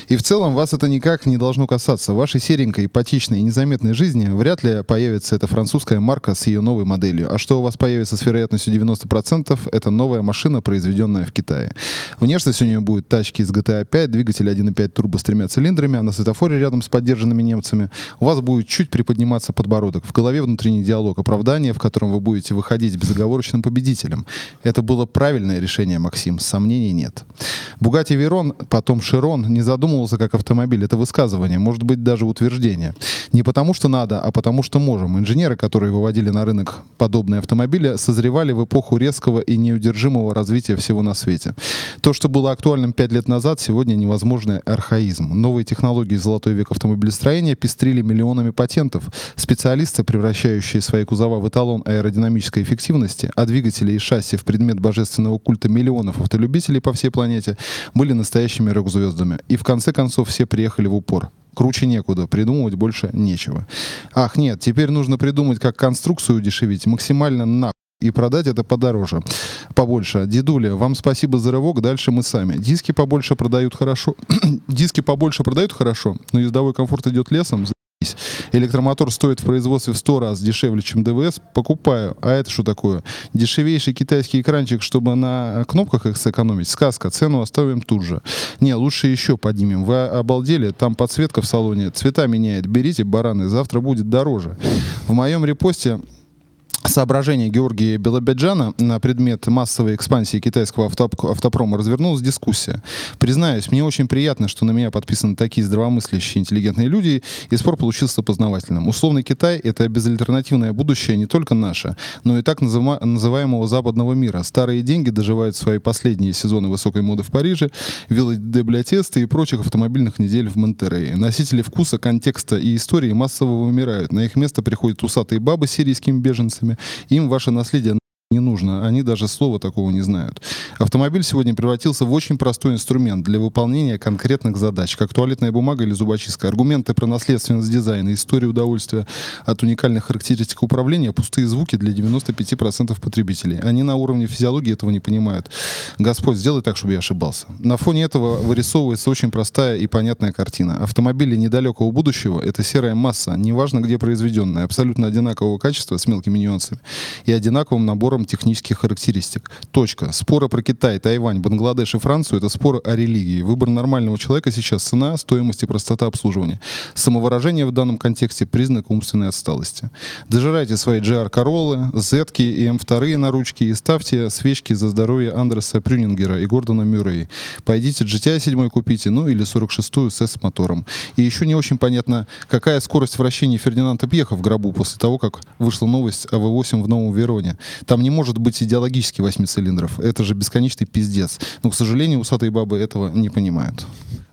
И в целом вас это никак не должно касаться. В вашей серенькой, ипотечной и незаметной жизни вряд ли появится эта французская марка с ее новой моделью. А что у вас появится с вероятностью девяносто процентов, это новая машина, произведенная в Китае. Внешность у нее будет тачки из джи ти эй пять, двигатель один и пять турбо с тремя цилиндрами, а на светофоре рядом с поддержанными немцами у вас будет чуть приподниматься подбородок. В голове внутренний диалог, оправдание, в котором вы будете выходить безоговорочным победителем. Это было правильное решение, Максим, сомнений нет. Bugatti Veyron, потом Chiron, не задумывался как автомобиль. Это высказывание, может быть, даже утверждение. Не потому, что надо, а потому, что можем. Инженеры, которые выводили на рынок подобные автомобили, созревали в эпоху резкого и неудержимого развития всего на свете. То, что было актуальным пять лет назад, сегодня невозможный архаизм. Новые технологии «Золотой век автомобилестроения» пестрили миллионами патентов. Специалисты, превращающие свои кузова в эталон аэродинамической эффективности, а двигатели и шасси в предмет божественного культа миллионов автолюбителей по всей планете, были настоящими рок-звездами. И в конце концов все приехали в упор. Круче некуда, придумывать больше нечего. Ах, нет, теперь нужно придумать, как конструкцию удешевить максимально на и продать это подороже, побольше. Дедуля, вам спасибо за рывок, дальше мы сами. Диски побольше продают хорошо. Диски побольше продают хорошо, но ездовой комфорт идет лесом. Электромотор стоит в производстве в сто раз дешевле, чем ДВС. Покупаю. А это что такое? Дешевейший китайский экранчик, чтобы на кнопках их сэкономить. Сказка. Цену оставим тут же. Не, лучше еще поднимем. Вы обалдели? Там подсветка в салоне. Цвета меняет. Берите, бараны. Завтра будет дороже. В моем репосте соображение Георгия Белобяджана на предмет массовой экспансии китайского автоп- автопрома развернулась дискуссия. Признаюсь, мне очень приятно, что на меня подписаны такие здравомыслящие, интеллигентные люди, и спор получился познавательным. Условный Китай — это безальтернативное будущее не только наше, но и так называ- называемого западного мира. Старые деньги доживают свои последние сезоны высокой моды в Париже, виллы Деблятеста и прочих автомобильных недель в Монтерее. Носители вкуса, контекста и истории массово вымирают. На их место приходят усатые бабы с сирийскими беженцами. Им ваше наследие не нужно, они даже слова такого не знают. Автомобиль сегодня превратился в очень простой инструмент для выполнения конкретных задач, как туалетная бумага или зубочистка. Аргументы про наследственность дизайна, историю удовольствия от уникальных характеристик управления — пустые звуки для девяноста пяти процентов потребителей. Они на уровне физиологии этого не понимают. Господь, сделай так, чтобы я ошибался. На фоне этого вырисовывается очень простая и понятная картина. Автомобили недалекого будущего — это серая масса, неважно где произведенная, абсолютно одинакового качества с мелкими нюансами и одинаковым набором технических характеристик. Точка. Споры про Китай, Тайвань, Бангладеш и Францию — это споры о религии. Выбор нормального человека сейчас — цена, стоимость и простота обслуживания. Самовыражение в данном контексте — признак умственной отсталости. Дожирайте свои джи ар Короллы, Зетки и эм два на ручки и ставьте свечки за здоровье Андреса Прюнингера и Гордона Мюррея. Пойдите джи ти ай семь купите, ну или сорок шестую с S-мотором. И еще не очень понятно, какая скорость вращения Фердинанда Пьеха в гробу после того, как вышла новость о вэ восемь в новом Вероне. Там не может быть идеологически восьми цилиндров. Это же бесконечный пиздец. Но, к сожалению, усатые бабы этого не понимают.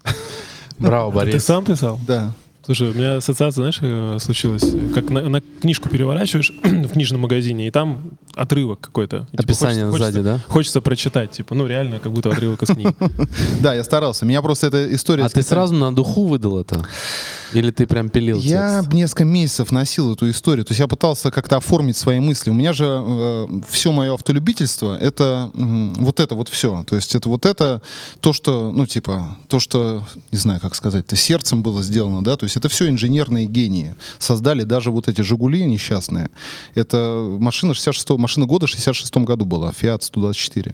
Браво, Борис. Ты сам писал? Да. Слушай, у меня ассоциация, знаешь, э, случилась. Как на, на книжку переворачиваешь в книжном магазине, и там отрывок какой-то. И, типа, Описание хочется, сзади, хочется, да? Хочется прочитать, типа, ну реально, как будто отрывок из книги. Да, я старался. Меня просто эта история... А ты сразу на духу выдал это? Или ты прям пилил Я текст? несколько месяцев носил эту историю. То есть я пытался как-то оформить свои мысли. У меня же э, все мое автолюбительство — это э, вот это вот все. То есть это вот это то, что, ну, типа, то, что, не знаю, как сказать, это сердцем было сделано, да. То есть это все инженерные гении. Создали даже вот эти «Жигули» несчастные. Это машина шестьдесят шестого, машина года шестьдесят шестом году была, Fiat сто двадцать четыре.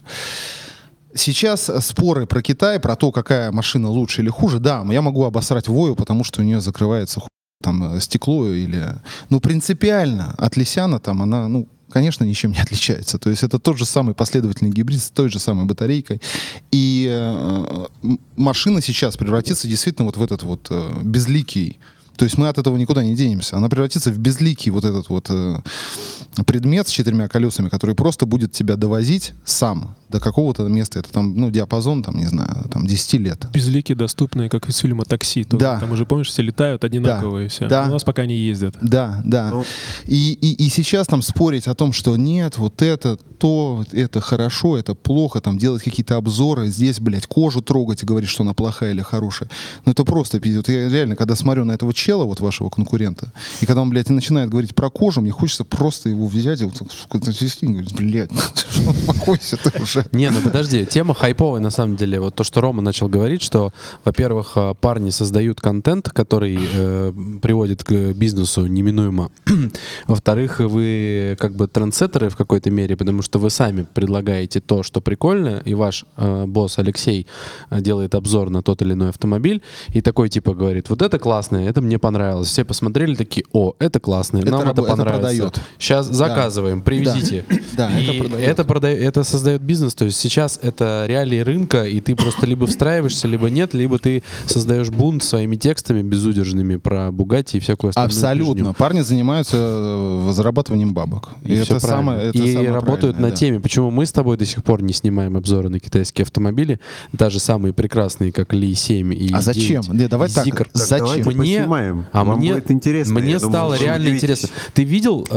Сейчас споры про Китай, про то, какая машина лучше или хуже, да, я могу обосрать Вою, потому что у нее закрывается ху... там стекло или... Ну, принципиально от Лисяна там она, ну, конечно, ничем не отличается. То есть это тот же самый последовательный гибрид с той же самой батарейкой. И э, машина сейчас превратится действительно вот в этот вот э, безликий. То есть мы от этого никуда не денемся. Она превратится в безликий вот этот вот э, предмет с четырьмя колесами, который просто будет тебя довозить сам до какого-то места. Это там, ну, диапазон, там, не знаю, там, десять лет. Безликие, доступные, как из фильма «Такси». Тоже. Да. Там уже, помнишь, все летают одинаковые, Да. все. Да. У нас пока не ездят. Да, да. Ну. И, и, и сейчас там спорить о том, что нет, вот это, то, это хорошо, это плохо, там делать какие-то обзоры, здесь, блядь, кожу трогать и говорить, что она плохая или хорошая. Ну это просто пиздец. Вот я реально, когда смотрю на этого чела, вот вашего конкурента, и когда он, блядь, начинает говорить про кожу, мне хочется просто его могу взять и вот так, сука, засесть, и говорит, блядь, успокойся ты уже. Не, ну подожди, тема хайповая на самом деле. Вот то, что Рома начал говорить, что, во-первых, э, парни создают контент, который э, приводит к бизнесу неминуемо. Во-вторых, вы как бы трендсеттеры в какой-то мере, потому что вы сами предлагаете то, что прикольно, и ваш э, босс Алексей э, делает обзор на тот или иной автомобиль, и такой типа говорит, вот это классное, это мне понравилось. Все посмотрели такие, о, это классно, Это нам рабо- это это понравится. продает. Сейчас заказываем, привезите. Да, это И продает. это, прода- это создает бизнес, то есть сейчас это реалии рынка, и ты просто либо встраиваешься, либо нет, либо ты создаешь бунт своими текстами безудержными про Бугатти и всякую остальную Абсолютно. фигню. Парни занимаются э, зарабатыванием бабок. И, И, всё это правильно. самое, это и самое работают правильное, на да. теме, почему мы с тобой до сих пор не снимаем обзоры на китайские автомобили, даже самые прекрасные, как Ли семь и А зачем? девять, Не, давай и так, Zikr. Так, зачем? давайте Мне- поснимаем. А Вам мне, будет интересно. мне я думаю, стало вы реально удивитесь. интересно. Ты видел,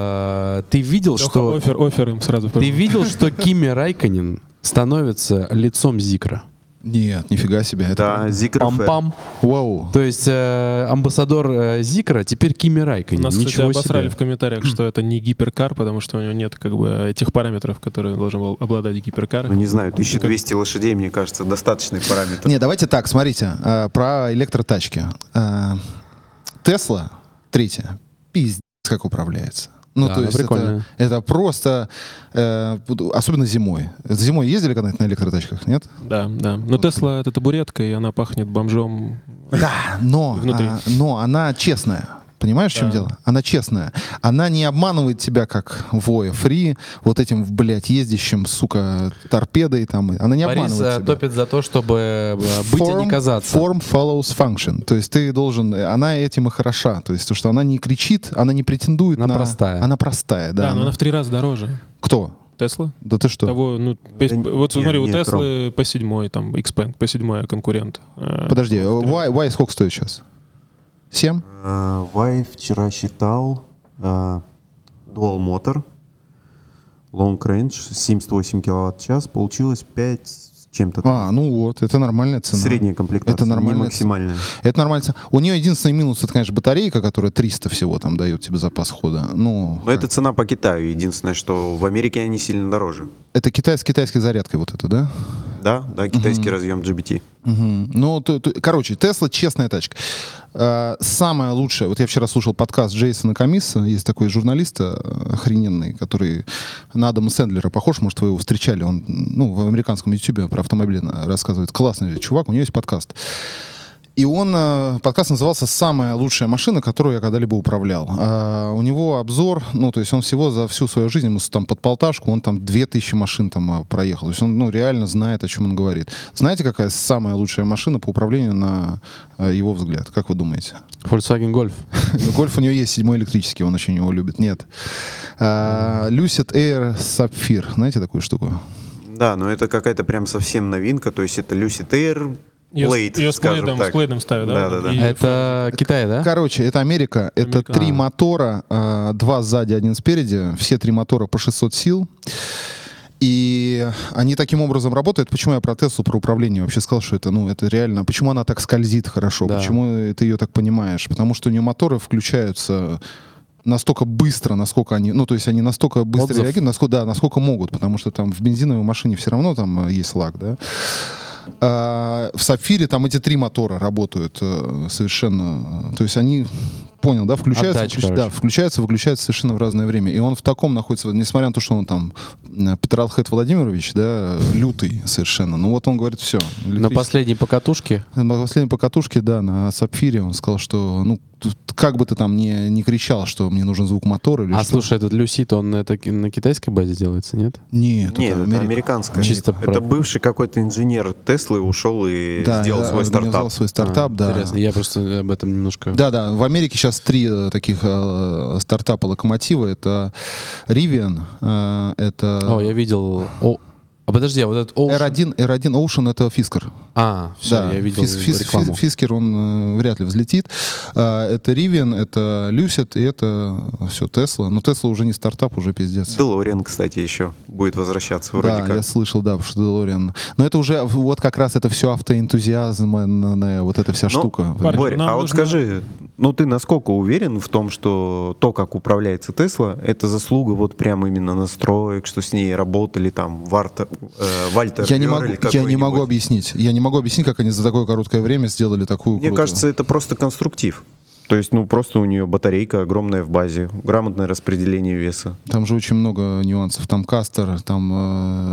э, ты видел, Леха, что Офер, офер им сразу. ты видел, что Кими Райконен становится лицом Зикра? Нет, нифига себе. Это Да, Zikr F R. Пам-пам. Вау. То есть э, амбассадор э, Зикра теперь Кими У Райконен. нас, кстати, Ничего обосрали себе. в комментариях, что это не гиперкар, потому что у него нет как бы этих параметров, которые должен был обладать гиперкар. Ну, не знаю, тысяча двести лошадей, мне кажется, достаточный параметр. Не, давайте так, смотрите, э, про электротачки. Э, Тесла, третья, пиздец, как управляется. Ну, Да, то есть это, прикольно. это просто, э, особенно зимой. Зимой ездили когда-нибудь на электротачках, нет? Да, да. Но Тесла — это табуретка, и она пахнет бомжом. Да, но, Внутри. а, но она честная. Понимаешь, в чем Да. дело? Она честная. Она не обманывает тебя, как Воя Фри, вот этим, блядь, ездящим, сука, торпедой там. Она не Борис обманывает э, тебя. топит за то, чтобы э, быть, а не казаться. Form follows function. То есть ты должен... Она этим и хороша. То есть то, что она не кричит, она не претендует Она на... простая. Она простая, да. Да, но она в три раза дороже. Кто? Тесла? Да ты что? Того, ну, пи- Да вот нет, смотри, у нет, Теслы по седьмой, там, Xpeng, по седьмой конкурент. Э, Подожди, Y, Y сколько стоит сейчас? Семь? Э, Вай вчера считал э, Dual Motor, Long Range, семьдесят восемь киловатт-час, получилось пять с чем-то. А, ну вот, это нормальная цена. Средняя комплектация, Это нормальная не максимальная. Это нормально. У нее единственный минус, это, конечно, батарейка, которая триста всего там дает тебе запас хода. Ну, Но это цена по Китаю. Единственное, что в Америке они сильно дороже. это Китай с китайской зарядкой вот это, да? Да, да, китайский разъем джи би ти. Мгм. Ну, то- то- короче, Тесла честная тачка. А, самое лучшее, вот я вчера слушал подкаст Джейсона Комисса, есть такой журналист э, охрененный, который на Адама Сэндлера похож, может, вы его встречали, он, ну, в американском ютубе про автомобили на- рассказывает. Классный чувак, у него есть подкаст. И он, э, подкаст назывался «Самая лучшая машина, которую я когда-либо управлял». А, у него обзор, ну, то есть он всего за всю свою жизнь, ему там под полташку, он там две тысячи машин там а, проехал. То есть он, ну, реально знает, о чем он говорит. Знаете, какая самая лучшая машина по управлению на э, его взгляд? Как вы думаете? Volkswagen Golf. Гольф у него есть, седьмой электрический, он очень его любит. Нет. А, Lucid Air Sapphire. Знаете такую штуку? Да, но это какая-то прям совсем новинка. То есть это Lucid Air Ее, Blade, ее с скажем плейдом, так. с плейдом ставят, да? Да-да-да. И Это Китай, да? Короче, это Америка. Это Америка. три А. мотора, а, два сзади, один спереди. Все три мотора по шестьсот сил. И они таким образом работают. Почему я про Теслу, про управление вообще сказал, что это, ну, это реально... Почему она так скользит хорошо? Да. Почему ты ее так понимаешь? Потому что у нее моторы включаются настолько быстро, насколько они... Ну, то есть они настолько быстро Отзыв. реагируют, насколько, да, насколько могут. Потому что там в бензиновой машине все равно там э, есть лаг, да? А, в Сапфире там эти три мотора работают э, совершенно... э, То есть они... Понял, да? Включаются, Отдача, включ- да, короче. включаются, выключаются совершенно в разное время. И он в таком находится, несмотря на то, что он там э, Петралхед Владимирович, да, лютый совершенно. Ну вот он говорит, все. На последней покатушке. На последней покатушке, да, на Сапфире он сказал, что, ну, тут как бы ты там не, не кричал, что мне нужен звук мотора или А что. слушай, этот Люсит, он это ки- на китайской базе делается, нет? Нет, Нет, это Америка. американская. Чисто это про- бывший какой-то инженер Теслы ушел и Да, сделал да, свой организовал стартап. свой стартап, А, да. Интересно, я просто об этом немножко... Да, да. В Америке сейчас три э, таких э, стартапа локомотива. Это Rivian, э, это О, я видел... О, А подожди, а вот этот Ocean... эр один, эр один Ocean — это Fisker. А, все, Да, я видел Фис- Фис- рекламу. Фис- Фискер, он э, вряд ли взлетит. А, это Rivian, это Lucid, и это все Tesla. Но Tesla уже не стартап, уже пиздец. DeLorean, кстати, еще будет возвращаться вроде Да, как. я слышал, да, что DeLorean. Но это уже вот как раз это все автоэнтузиазм, вот эта вся Но, штука. Парень, Боря, нам а вот нужно- скажи, ну ты насколько уверен в том, что то, как управляется Тесла, это заслуга вот прям именно настроек, что с ней работали там Варта, э, Вальтер Я не, Мёррель могу, я не какой-нибудь? могу объяснить. Я не могу объяснить, как они за такое короткое время сделали такую Мне крутую- кажется, это просто конструктив. То есть, ну, просто у нее батарейка огромная в базе, грамотное распределение веса. Там же очень много нюансов. Там кастер, там э,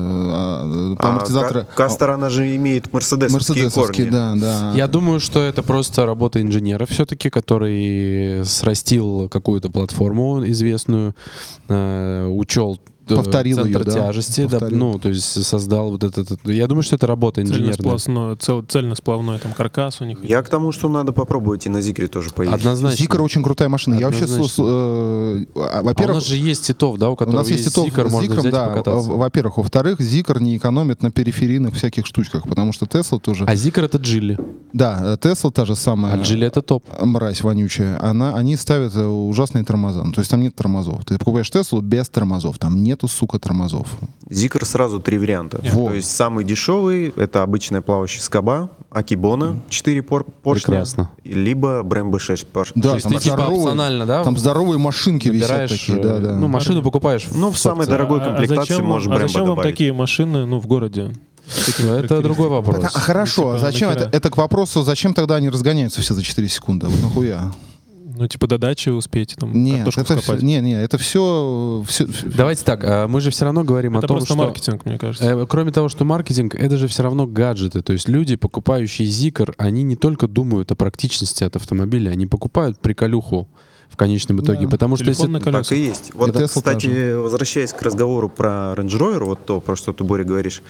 э, А амортизаторы. Ка- Кастер, она же имеет мерседесовские Мерседесовский, корни. да, да. Я думаю, что это просто работа инженера все-таки, который срастил какую-то платформу известную, э, учел э, Повторил центр ее, да? тяжести, да, Повторил. ну, то есть создал вот этот... этот- Я думаю, что это работа инженерная. Цельносплавной, цел- цельносплавной там каркас у них. Я к тому, что надо попробовать и на Зикре тоже поездить. Однозначно. Зикр очень крутая машина. Я вообще, Однозначно. слу- э, а, А у во-первых, нас же есть Титов, да, у у которого нас есть Титов Зикр, с можно Зикром, взять и да, покататься. в- во-первых. Во-вторых, Зикр не экономит на периферийных всяких штучках, потому что Тесла тоже... А Зикр — это Джилли, Да, Тесла та же самая... а Джилли — это топ. мразь вонючая, она, они ставят э, ужасные тормоза. Ну, то есть там нет тормозов. Ты покупаешь Теслу без тормозов. Там нету, сука, тормозов. Зикр сразу три варианта. Во. То есть самый дешевый — это обычная плавающая скоба, Акибона четыре пор- поршня, Прекрасно. либо Брэмбо шесть порш- Да, То есть там ты типа здоровые- опционально, да, Там здоровые машинки висят набираешь, такие, э, да, да. ну, машину покупаешь Ну, в в самой опции. дорогой А- а комплектации зачем вам- можешь а Брэмбо зачем вам добавить. такие машины, ну, в городе? С такими Ну, это другой характеристиками? вопрос. Так, а хорошо, а Типа, зачем нахера? это? Это к вопросу, зачем тогда они разгоняются все за четыре секунды? Вот нахуя? Ну, типа до дачи успеть, там, Нет, картошку это все, скопать. не, не, это все, все, Давайте так, а, мы же все равно говорим Это о том, просто что... маркетинг, мне кажется. Э, Кроме того, что маркетинг, это же все равно гаджеты. То есть люди, покупающие Зикр, они не только думают о практичности от автомобиля, они покупают приколюху в конечном итоге. Да. Потому что если... Телефон на колесах. Так и есть. Вот, И Tesla кстати, возвращаясь к разговору про Range Rover, вот то, про что ты, Боря, говоришь,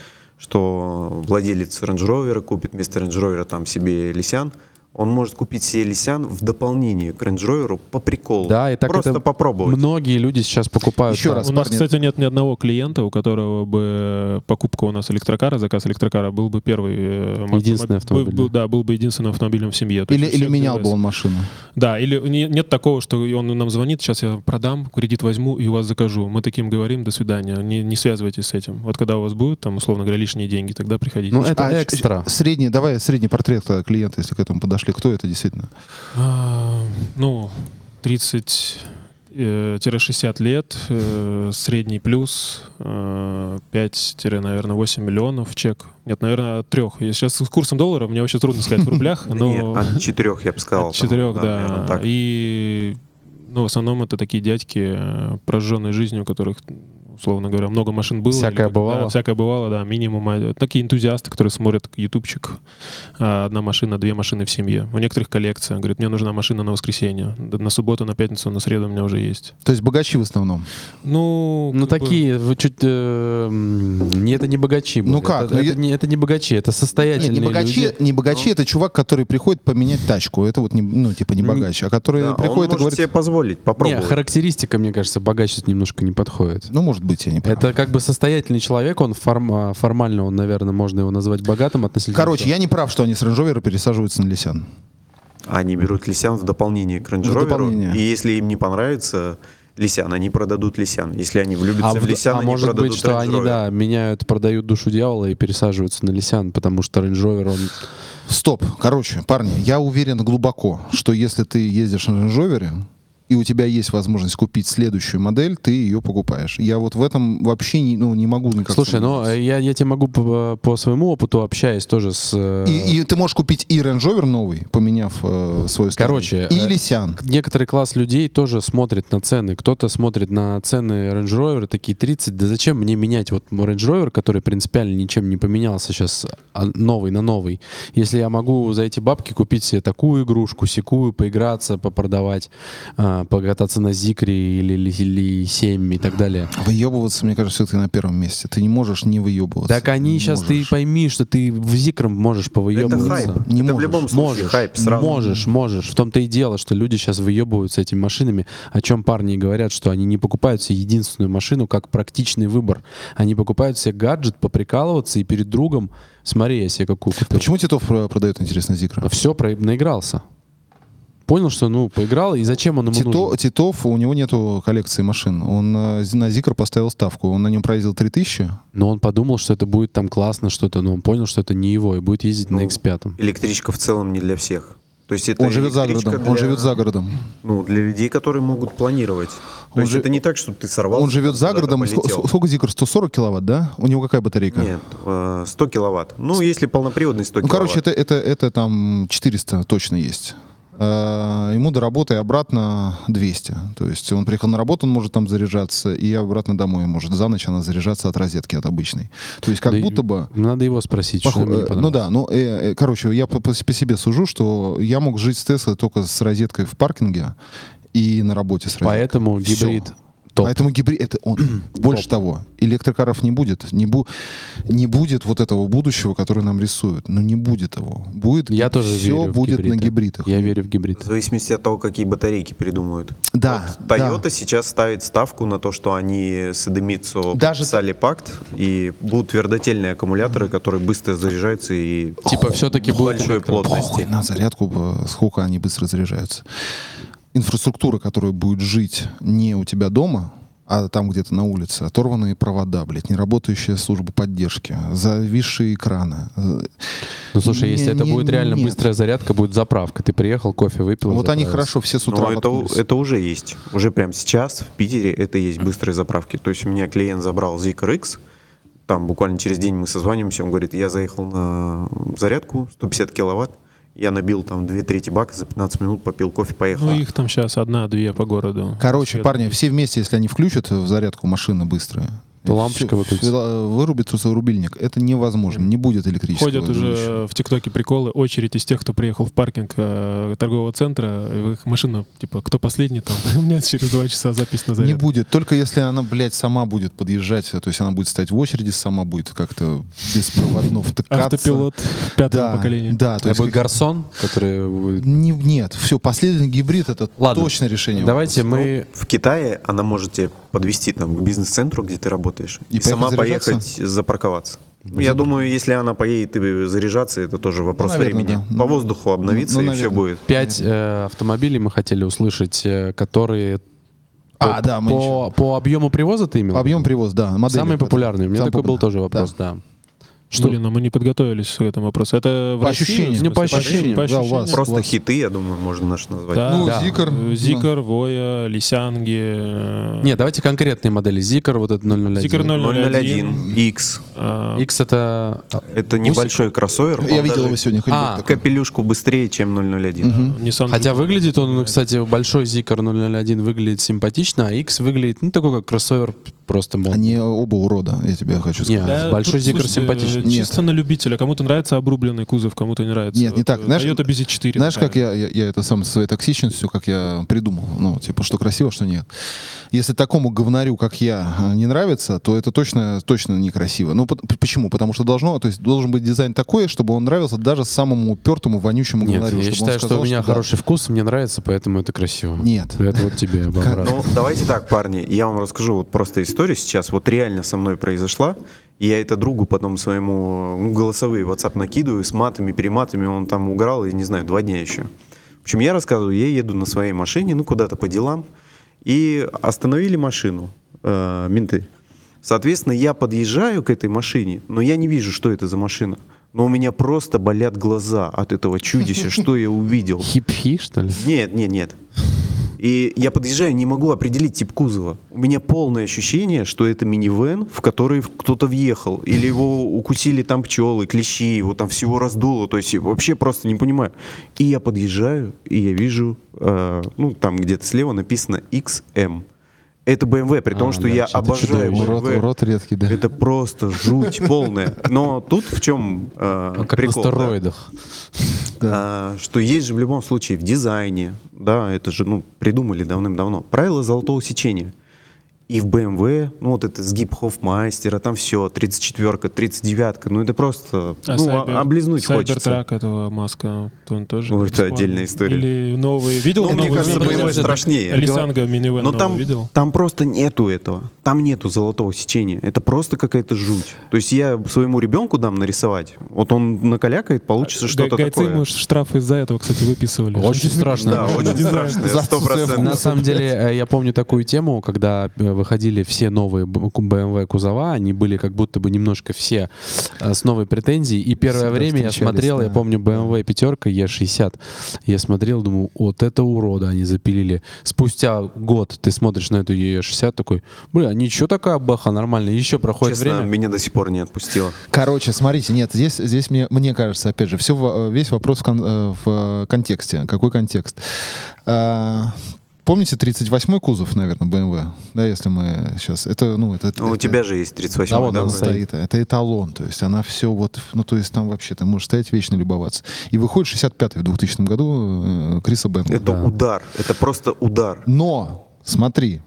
что владелец Range Rover купит вместо Range Rover там себе Лисян, он может купить себе Лисян в дополнение к Range Rover по приколу. Да, и так Просто это попробовать. многие люди сейчас покупают. Еще да. раз, У нас, парни. кстати, нет ни одного клиента, у которого бы покупка у нас электрокара, заказ электрокара был бы первый. э, мо- Единственный мо- автомобиль, был- был- Да, был бы единственным автомобилем в семье. То Или, есть или все менял ДВС. бы он машину. Да, или не- нет такого, что он нам звонит, сейчас я продам, кредит возьму и у вас закажу. Мы таким говорим, до свидания, не, не связывайтесь с этим. Вот когда у вас будут, там, условно говоря, лишние деньги, тогда приходите. Ну, это А, экстра. Средний, давай средний портрет э, клиента, если к этому подошли. Кто это действительно? А, ну, тридцать-шестьдесят лет, э, средний плюс, э, пять-восемь миллионов чек. Нет, наверное, от трех. Я сейчас с курсом доллара, мне вообще трудно сказать в рублях, Да но... нет, от четырех, я бы сказал. От четырех, там, да. наверное, так. И, ну, в основном это такие дядьки, э, прожженные жизнью, у которых, условно говоря, много машин было. Всякое или- бывало. Да, всякое бывало, да, минимум. а, Такие энтузиасты, которые смотрят ютубчик. а, Одна машина, две машины в семье. У некоторых коллекция. Говорит, мне нужна машина на воскресенье. Да, на субботу, на пятницу, на среду у меня уже есть. То есть богачи в основном. Ну, Ну, как бы- такие, вы чуть... э, м, не, это не богачи. Ну Боря. как? Это, Ну, это я- не, это не богачи, это Нет, состоятельные не богачи, люди. не богачи, это чувак, который приходит поменять тачку. Это вот, не, ну, типа, не Не- богач, а который Да, он приходит и может говорит... себе позволить Не, попробовать. характеристика, мне кажется, богачество немножко не подходит. Ну, может быть, я не прав. Это как бы состоятельный человек, он форм- формально, он, наверное, можно его назвать богатым относительно... Короче, я не прав, что они с Range Rover пересаживаются на Лисян. Они берут Лисян в дополнение к Range В Rover, дополнение. и если им не понравится Лисян, они продадут Лисян. Если они влюбятся А, в в- Лисян, а они может продадут быть, что Range они, Rover. да, меняют, продают душу дьявола и пересаживаются на Лисян, потому что Range Rover, он... Стоп. Короче, парни, я уверен глубоко, что если ты ездишь на Range Rover, и у тебя есть возможность купить следующую модель, ты ее покупаешь. Я вот в этом вообще не, ну, не могу никак... Слушай, ну, э, я, я тебе могу по, по своему опыту, общаясь тоже с... э, И, и ты можешь купить и Range Rover новый, поменяв э, свою сторону. Короче, И э, Лисян. Некоторый класс людей тоже смотрит на цены. Кто-то смотрит на цены Range Rover, такие тридцать. Да зачем мне менять вот Range Rover, который принципиально ничем не поменялся сейчас, а новый на новый, если я могу за эти бабки купить себе такую игрушку, сякую, поиграться, попродавать. А, на покататься на Зикре или, или, или семь и так далее. Выебываться, мне кажется, все-таки на первом месте. Ты не можешь не выебываться. Так они Не сейчас, ты можешь. пойми, что ты в Зикром можешь Это повыебываться. хайп. Не это в можешь. любом случае Можешь, хайп сразу. можешь, можешь. В том-то и дело, что люди сейчас выебываются этими машинами, о чем парни и говорят, что они не покупают себе единственную машину как практичный выбор. Они покупают себе гаджет, поприкалываться и перед другом, смотри, я себе какую купил. Почему Титов про- продает, интересно, Зикра? Все, про... наигрался. Понял, что, ну, поиграл, и зачем он ему Тито, нужен? Титов, у него нету коллекции машин. Он э, на Зикр поставил ставку. Он на нем проездил три тысячи. Но он подумал, что это будет там классно что-то, но он понял, что это не его, и будет ездить на Ну, икс пять. Электричка в целом не для всех. То есть это Он живет за электричка городом. Он для- живет за городом. Ну, для людей, которые могут планировать. То Он есть жи- это не так, что ты сорвался. Он живет за куда-то городом. Ск- полетел. Сколько Зикр? сто сорок киловатт, да? У него какая батарейка? Нет, э, сто киловатт. Ну, если полноприводный сто Ну, киловатт. короче, это, это, это там четыреста точно есть. Э, Ему до работы и обратно двести. То есть он приехал на работу, он может там заряжаться, и обратно домой может. За ночь она заряжаться от розетки, от обычной. То есть как Да и- будто бы... Надо его спросить, Пох- что ему не э, понравилось. Ну да, ну, э, э, короче, я по, по- по себе сужу, что я мог жить с Теслой только с розеткой в паркинге и на работе с розеткой. Поэтому Всё. гибрид топ. Поэтому гибрид, это он. Больше того, электрокаров не будет. Не, бу, не будет вот этого будущего, которое нам рисуют. Ну, не будет его. Будет, Я тоже все верю в будет гибриды. на гибридах. Я верю в гибрид. В зависимости от того, какие батарейки придумают. Да, Вот да. Toyota сейчас ставит ставку на то, что они с Idemitsu Даже- подписали пакт, и будут твердотельные аккумуляторы, которые быстро заряжаются и Типа все-таки будет большой электро- Похуй плотности. на зарядку, э, сколько они быстро заряжаются. Инфраструктура, которая будет жить не у тебя дома, а там где-то на улице, оторванные провода, блядь, неработающая служба поддержки, зависшие экраны. Э, Ну слушай, Не- если это не- будет реально нет. быстрая зарядка, будет заправка. Ты приехал, кофе выпил. Вот они заправился. хорошо все с утра Но это, воткнулись. это уже есть. Уже прямо сейчас в Питере это есть быстрые заправки. То есть у меня клиент забрал Zikr X, там буквально через день мы созваниваемся, он говорит, я заехал на зарядку сто пятьдесят киловатт, я набил там две трети бака, за пятнадцать минут попил кофе, поехал. Ну, их там сейчас одна-две по городу. Короче, Свет. парни, все вместе, если они включат в зарядку машины быстрые, То лампочка выключится. вырубит рубильник. Это невозможно. Не будет электричества. Ходят уже в ТикТоке приколы, очередь из тех, кто приехал в паркинг э, торгового центра, и их машина, типа, кто последний там, у меня через два часа запись на Не зарядку. будет. Только если она, блядь, сама будет подъезжать, то есть она будет стоять в очереди, сама будет как-то беспроводно втыкаться. Автопилот пятого Да, поколения. да, то Это есть будет как- гарсон, который будет... Не- нет, все, последний гибрид это Ладно, точно решение. Давайте мы... В Китае она может тебя подвести там, к бизнес-центру, где ты работаешь, И и, сама поехать поехать запарковаться. Ну, Я думаю, если она поедет и заряжаться, это тоже вопрос наверное, времени. да. По воздуху обновиться, Ну, и наверное. все будет. Пять э, автомобилей мы хотели услышать, э, которые... А, по, да, мы по, по объему привоза ты имел? Объем привоз, да. Модели, Самый популярный. У меня Самый такой был популярный. тоже вопрос, да. Что? Блин, а мы не подготовились к этому вопросу. Это в По России, ощущениям. в смысле? Ну, по ощущениям, По да, у ощущениям. вас. Просто класс. хиты, я думаю, можно наши назвать. Да. Ну, Да. Зикр. Э, Зикр, Воя, Лисянги. э, Нет, давайте конкретные модели. Zikr, вот этот ноль ноль один. Zikr ноль ноль ноль один, X. а, X это... Это небольшой кроссовер. Я он видел даже его сегодня. хоть А, бы такой. капелюшку быстрее, чем ноль ноль один. Nissan Хотя Juke. выглядит он, кстати, большой Zikr ноль ноль один выглядит симпатично, а X выглядит, ну, такой как кроссовер, просто мод. Они оба урода, я тебе хочу сказать. Не, Да, большой тут, Zikr слушайте, симпатичный. Чисто на любителя. Кому-то нравится обрубленный кузов, кому-то не нравится. Нет, не Вот, так. э, Знаешь, Toyota би зет четыре. Знаешь, как такая. я, я, я это сам со своей токсичностью, как я придумал? Ну, типа, что красиво, что нет. Если такому говнарю, как я, э, не нравится, то это точно, точно некрасиво. Ну, по- почему? Потому что должно, то есть должен быть дизайн такой, чтобы он нравился даже самому упертому, вонючему Нет, говнарю. я чтобы он считаю, что сказал, у меня да. хороший вкус, мне нравится, поэтому это красиво. Нет. Это вот тебе обратно. Ну, давайте так, парни, я вам расскажу вот просто историю сейчас. Вот реально со мной произошла. И я это другу потом своему, ну, голосовые WhatsApp накидываю с матами, перематами. Он там угорал, я не знаю, два дня еще. В общем, я рассказываю, я еду на своей машине, ну, куда-то по делам. И остановили машину э, менты. Соответственно, я подъезжаю к этой машине, но я не вижу, что это за машина. Но у меня просто болят глаза от этого чудища, что я увидел. Хип-хи, что ли? Нет, нет, нет. И я подъезжаю, не могу определить тип кузова. У меня полное ощущение, что это минивэн, в который кто-то въехал. Или его укусили там пчелы, клещи, его там всего раздуло. То есть вообще просто не понимаю. И я подъезжаю, и я вижу, э, ну там где-то слева написано икс эм. Это бэ эм вэ, при том, А, что да, я что-то обожаю чудовище. бэ эм Урод, вэ. урод редкий, да. Это просто жуть полная. Но тут в чем э, Он как прикол? на да? стероидах. А, что есть же в любом случае в дизайне, да, это же, ну, придумали давным-давно, правила золотого сечения. И в бэ эм вэ, ну, вот это сгиб Хофмайстера, там все, тридцать четвёрка, тридцать девятка, ну, это просто, А ну, Cyber- а- облизнуть хочется. Cybertruck этого Маска, то он тоже. Ну, это бесплатный. отдельная история. Или новый. Видел? Ну, мне новый кажется, Мини- бэ эм вэ страшнее. Лисанга минивэн Но новый там, видел? там просто нету этого. Там нету золотого сечения. Это просто какая-то жуть. То есть я своему ребенку дам нарисовать. Вот он накалякает, получится что-то Гайцы такое. ему штрафы из-за этого, кстати, выписывали. Очень страшно. Да, очень страшно. За Сто процентов. На самом деле, э, я помню такую тему, когда э, выходили все новые бэ эм вэ кузова, они были как будто бы немножко все э, с новой претензией. И первое Всегда время я встречались, смотрел, я да. помню бэ эм вэ пятерка Е шестьдесят. Я смотрел, думаю, вот это урода они запилили. Спустя год ты смотришь на эту Е шестьдесят, такой, бля, ничего такая баха, нормально. Еще проходит Честно, время. меня до сих пор не отпустило. Короче, смотрите, нет, здесь, здесь мне, мне кажется, опять же, все, весь вопрос в, кон- э, в контексте. Какой контекст? А, Помните тридцать восьмой кузов, наверное, бэ эм вэ? Да, если мы сейчас... Это, ну, это, Ну, у это- тебя же есть тридцать восемь. Да, вот да, он Вань? стоит. стоит. Это эталон, то есть она все вот, ну то есть там вообще ты можешь стоять вечно любоваться. И выходит шестьдесят пятый в двухтысячном году э, Криса Бентли. Это Да. удар. Это просто удар. Но, смотри,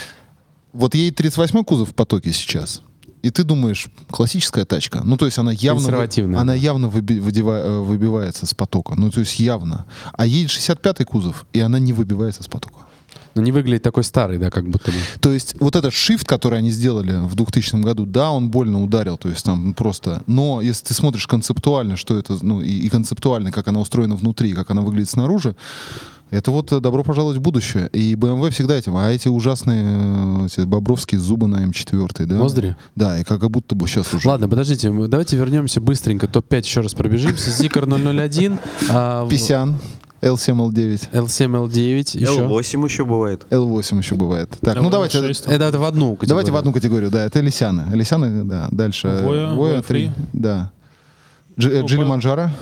вот едет тридцать восьмой кузов в потоке сейчас, и ты думаешь, классическая тачка, ну то есть она явно, Консервативная. она явно выби- выдева- э, выбивается с потока, ну то есть явно. А едет шестьдесят пятый кузов, и она не выбивается с потока. Но не выглядит такой старый, да, как будто бы. То есть вот этот shift, который они сделали в двухтысячном году, да, он больно ударил, то есть там просто... Но если ты смотришь концептуально, что это, ну, и, и концептуально, как она устроена внутри, как она выглядит снаружи, это вот э, добро пожаловать в будущее. И бэ эм вэ всегда этим. А эти ужасные э, эти бобровские зубы на эм четыре, да? Ноздри? Да, и как будто бы сейчас уже... Ладно, подождите, мы- давайте вернемся быстренько. топ пять еще раз пробежимся. Зикр ноль ноль один, а, в- Писян, эл семь, эл девять, эл семь, эл девять, эл еще. восемь еще бывает. эл восемь еще бывает. Так, ну Эл давайте... шесть. Это, это в одну категорию. Давайте в одну категорию, да, это Лисяны. Лисяны, да, дальше. Voya, Voya три, Free. да. Дж- э, Ну, Джили по- Манджаро.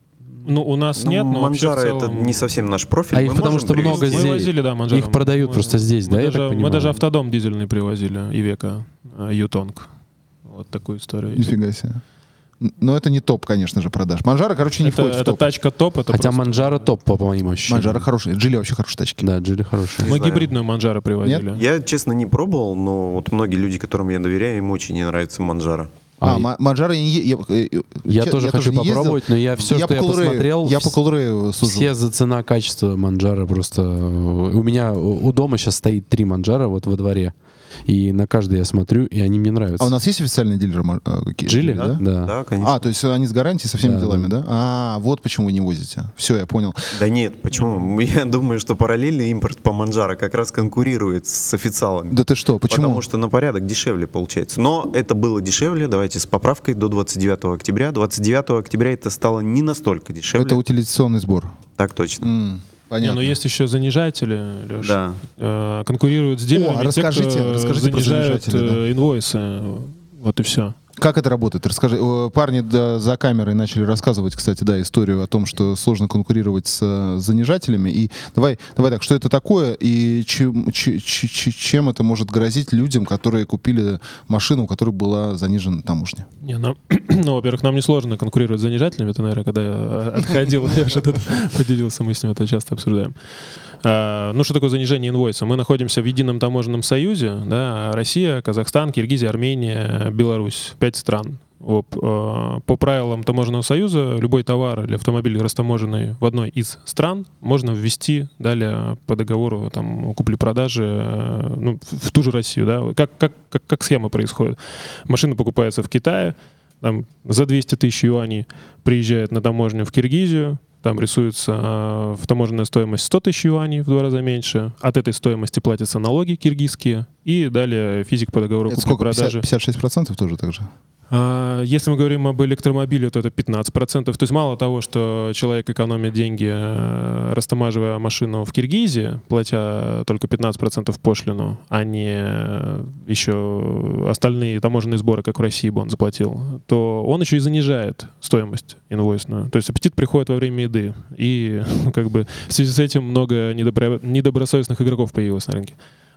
Ну, у нас Ну, нет, но вообще в Манджаро это целом... не совсем наш профиль. А Мы их потому можем что много привезти. Мы здесь. возили, да, Манджаро. Их продают Мы- просто здесь, мы да, я даже, так Мы понимаю? даже автодом дизельный привозили, Ивека, э, Ютонг. Вот такую историю. есть. Нифига себе. Н- Но это не топ, конечно же, продаж. Манджаро, короче, не Это, входит в это топ. тачка топ, это Хотя просто- Манджаро топ, по моим ощущениям. Манджаро хороший. Джили вообще хорошие тачки. Да, Джили хороший. Мы Не знаю. гибридную Манджаро привозили. Я, честно, не пробовал, но вот многие люди, которым я доверяю, им очень не нравится Манджаро. А, А, Ма- Манджаро я не е- я, э, э, Я че- тоже хочу не ездил. попробовать, но я все, Я что я по Колоре- посмотрел, Я по вс- Колоре сужу. все за цена-качество Манджаро просто... э, У меня у у дома сейчас стоит три Манджаро вот во дворе. И на каждый я смотрю, и они мне нравятся. А у нас есть официальные дилеры ма- э, какие? Джили? Да? Да. Да, конечно. А, то есть они с гарантией, со всеми Да, делами, да. да? А, вот почему вы не возите. Все, я понял. Да нет, почему? Я думаю, что параллельный импорт по Манджаро как раз конкурирует с официалами. Да ты что, почему? Потому что на порядок дешевле получается. Но это было дешевле, давайте с поправкой, до двадцать девятого октября. двадцать девятого октября это стало не настолько дешевле. Это утилизационный сбор. Так точно. М, Не, понятно. ну есть еще занижатели, Леш. Да. Э, конкурируют с дилерами О, расскажите, те, кто расскажите про занижают занижатели, да. э, инвойсы. Вот и все. Как это работает? Расскажи. Э, Парни да, за камерой начали рассказывать, кстати, да, историю о том, что сложно конкурировать с э, занижателями. И давай, давай так, что это такое и чем, ч- ч- ч- чем это может грозить людям, которые купили машину, у которой была занижена таможня? Не, нам, ну, во-первых, нам не сложно конкурировать с занижателями. Это, наверное, когда я отходил, я же тут поделился, мы с ним это часто обсуждаем. А, ну, что такое занижение инвойса? Мы находимся в едином таможенном союзе, да, Россия, Казахстан, Киргизия, Армения, Беларусь, пять стран. Оп, э, По правилам таможенного союза любой товар или автомобиль, растаможенный в одной из стран, можно ввести далее по договору там, купли-продажи э, ну, в в ту же Россию. Да? Как, как, как, как схема происходит? Машина покупается в Китае, там, за двести тысяч юаней приезжает на таможню в Киргизию, там рисуется э, в таможенная стоимость сто тысяч юаней, в два раза меньше. От этой стоимости платятся налоги киргизские. И далее физик по договору Это сколько? купли-продажи. пятьдесят пятьдесят шесть процентов тоже так же? А, Если мы говорим об электромобиле, то это пятнадцать процентов. То есть мало того, что человек экономит деньги, э, растамаживая машину в Киргизии, платя только пятнадцать процентов пошлину, а не э, еще остальные таможенные сборы, как в России бы он заплатил, то он еще и занижает стоимость инвойсную. То есть аппетит приходит во время еды. И ну, как бы в связи с этим много недобро- недобросовестных игроков появилось на рынке.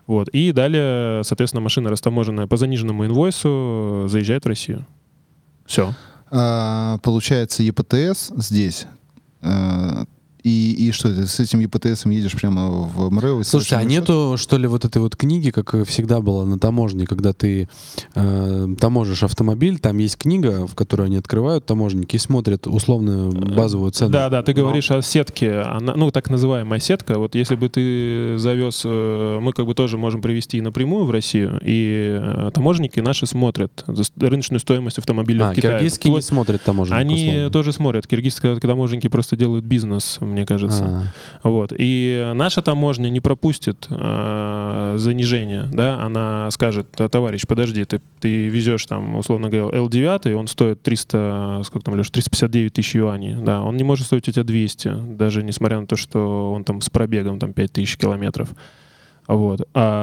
Вот. И далее, соответственно, машина растаможенная по заниженному инвойсу заезжает в Россию. Все. А, получается, и пэ тэ эс здесь. А, и, и что это? С этим и пэ тэ эсом едешь прямо в МРЭО? и Слушайте, а совершенно нету, что ли, вот этой вот книги, как всегда было на таможне, когда ты э, таможишь автомобиль, там есть книга, в которую они открывают, таможенники, и смотрят условно базовую цену. Да, да, ты говоришь о сетке, она, ну, так называемая сетка. Вот если бы ты завез, э, мы как бы тоже можем привезти напрямую в Россию, и э, таможенники наши смотрят за с- рыночную стоимость автомобиля А, в Китае. киргизские не Вплоть- смотрят таможенник, Они условно. тоже смотрят. Киргизские таможенники просто делают бизнес, мне кажется. А, Вот. И наша таможня не пропустит э, занижение, да, она скажет: товарищ, подожди, ты, ты везешь там, условно говоря, эл девять, он стоит триста, сколько там, Леш, триста пятьдесят девять тысяч юаней, да, он не может стоить у тебя двести, даже несмотря на то, что он там с пробегом там пять тысяч километров. Вот.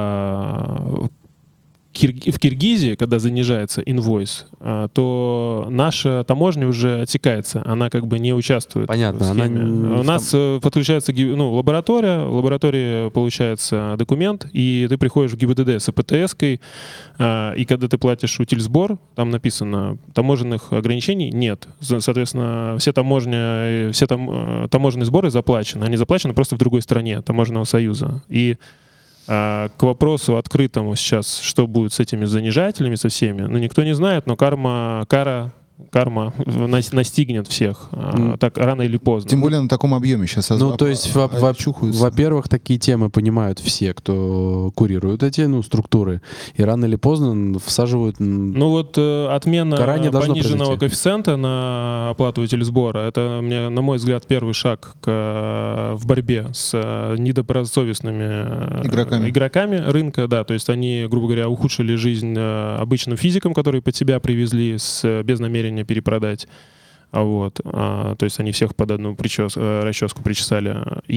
А Кир- в Киргизии, когда занижается инвойс, а, то наша таможня уже отсекается, она как бы не участвует Понятно, в она схеме. не У в нас э, подключается ги- ну, лаборатория, в лаборатории получается документ, и ты приходишь в ГИБДД с и пэ тэ эской, а, и когда ты платишь утильсбор, там написано: таможенных ограничений нет. За- Соответственно, все, таможня, все там, э, таможенные сборы заплачены, они заплачены просто в другой стране таможенного союза. И а, к вопросу открытому сейчас, что будет с этими занижателями, со всеми, ну, никто не знает, но карма, кара, карма нас- настигнет всех, а, М. так рано или поздно. Тем более на таком объеме сейчас. Ну, то есть, во- во- во-первых, такие темы понимают все, кто курирует эти ну, структуры, и рано или поздно всаживают... м, Ну вот э, отмена Кара не должно пониженного произойти. коэффициента на оплату сбора, это, мне, на мой взгляд, первый шаг к, э, в борьбе с э, недобросовестными э, Игроками. игроками рынка. Да, то есть они, грубо говоря, ухудшили жизнь э, обычным физикам, которые под себя привезли с, э, без намерения перепродать. А Вот. А, то есть они всех под одну причес, э, расческу причесали.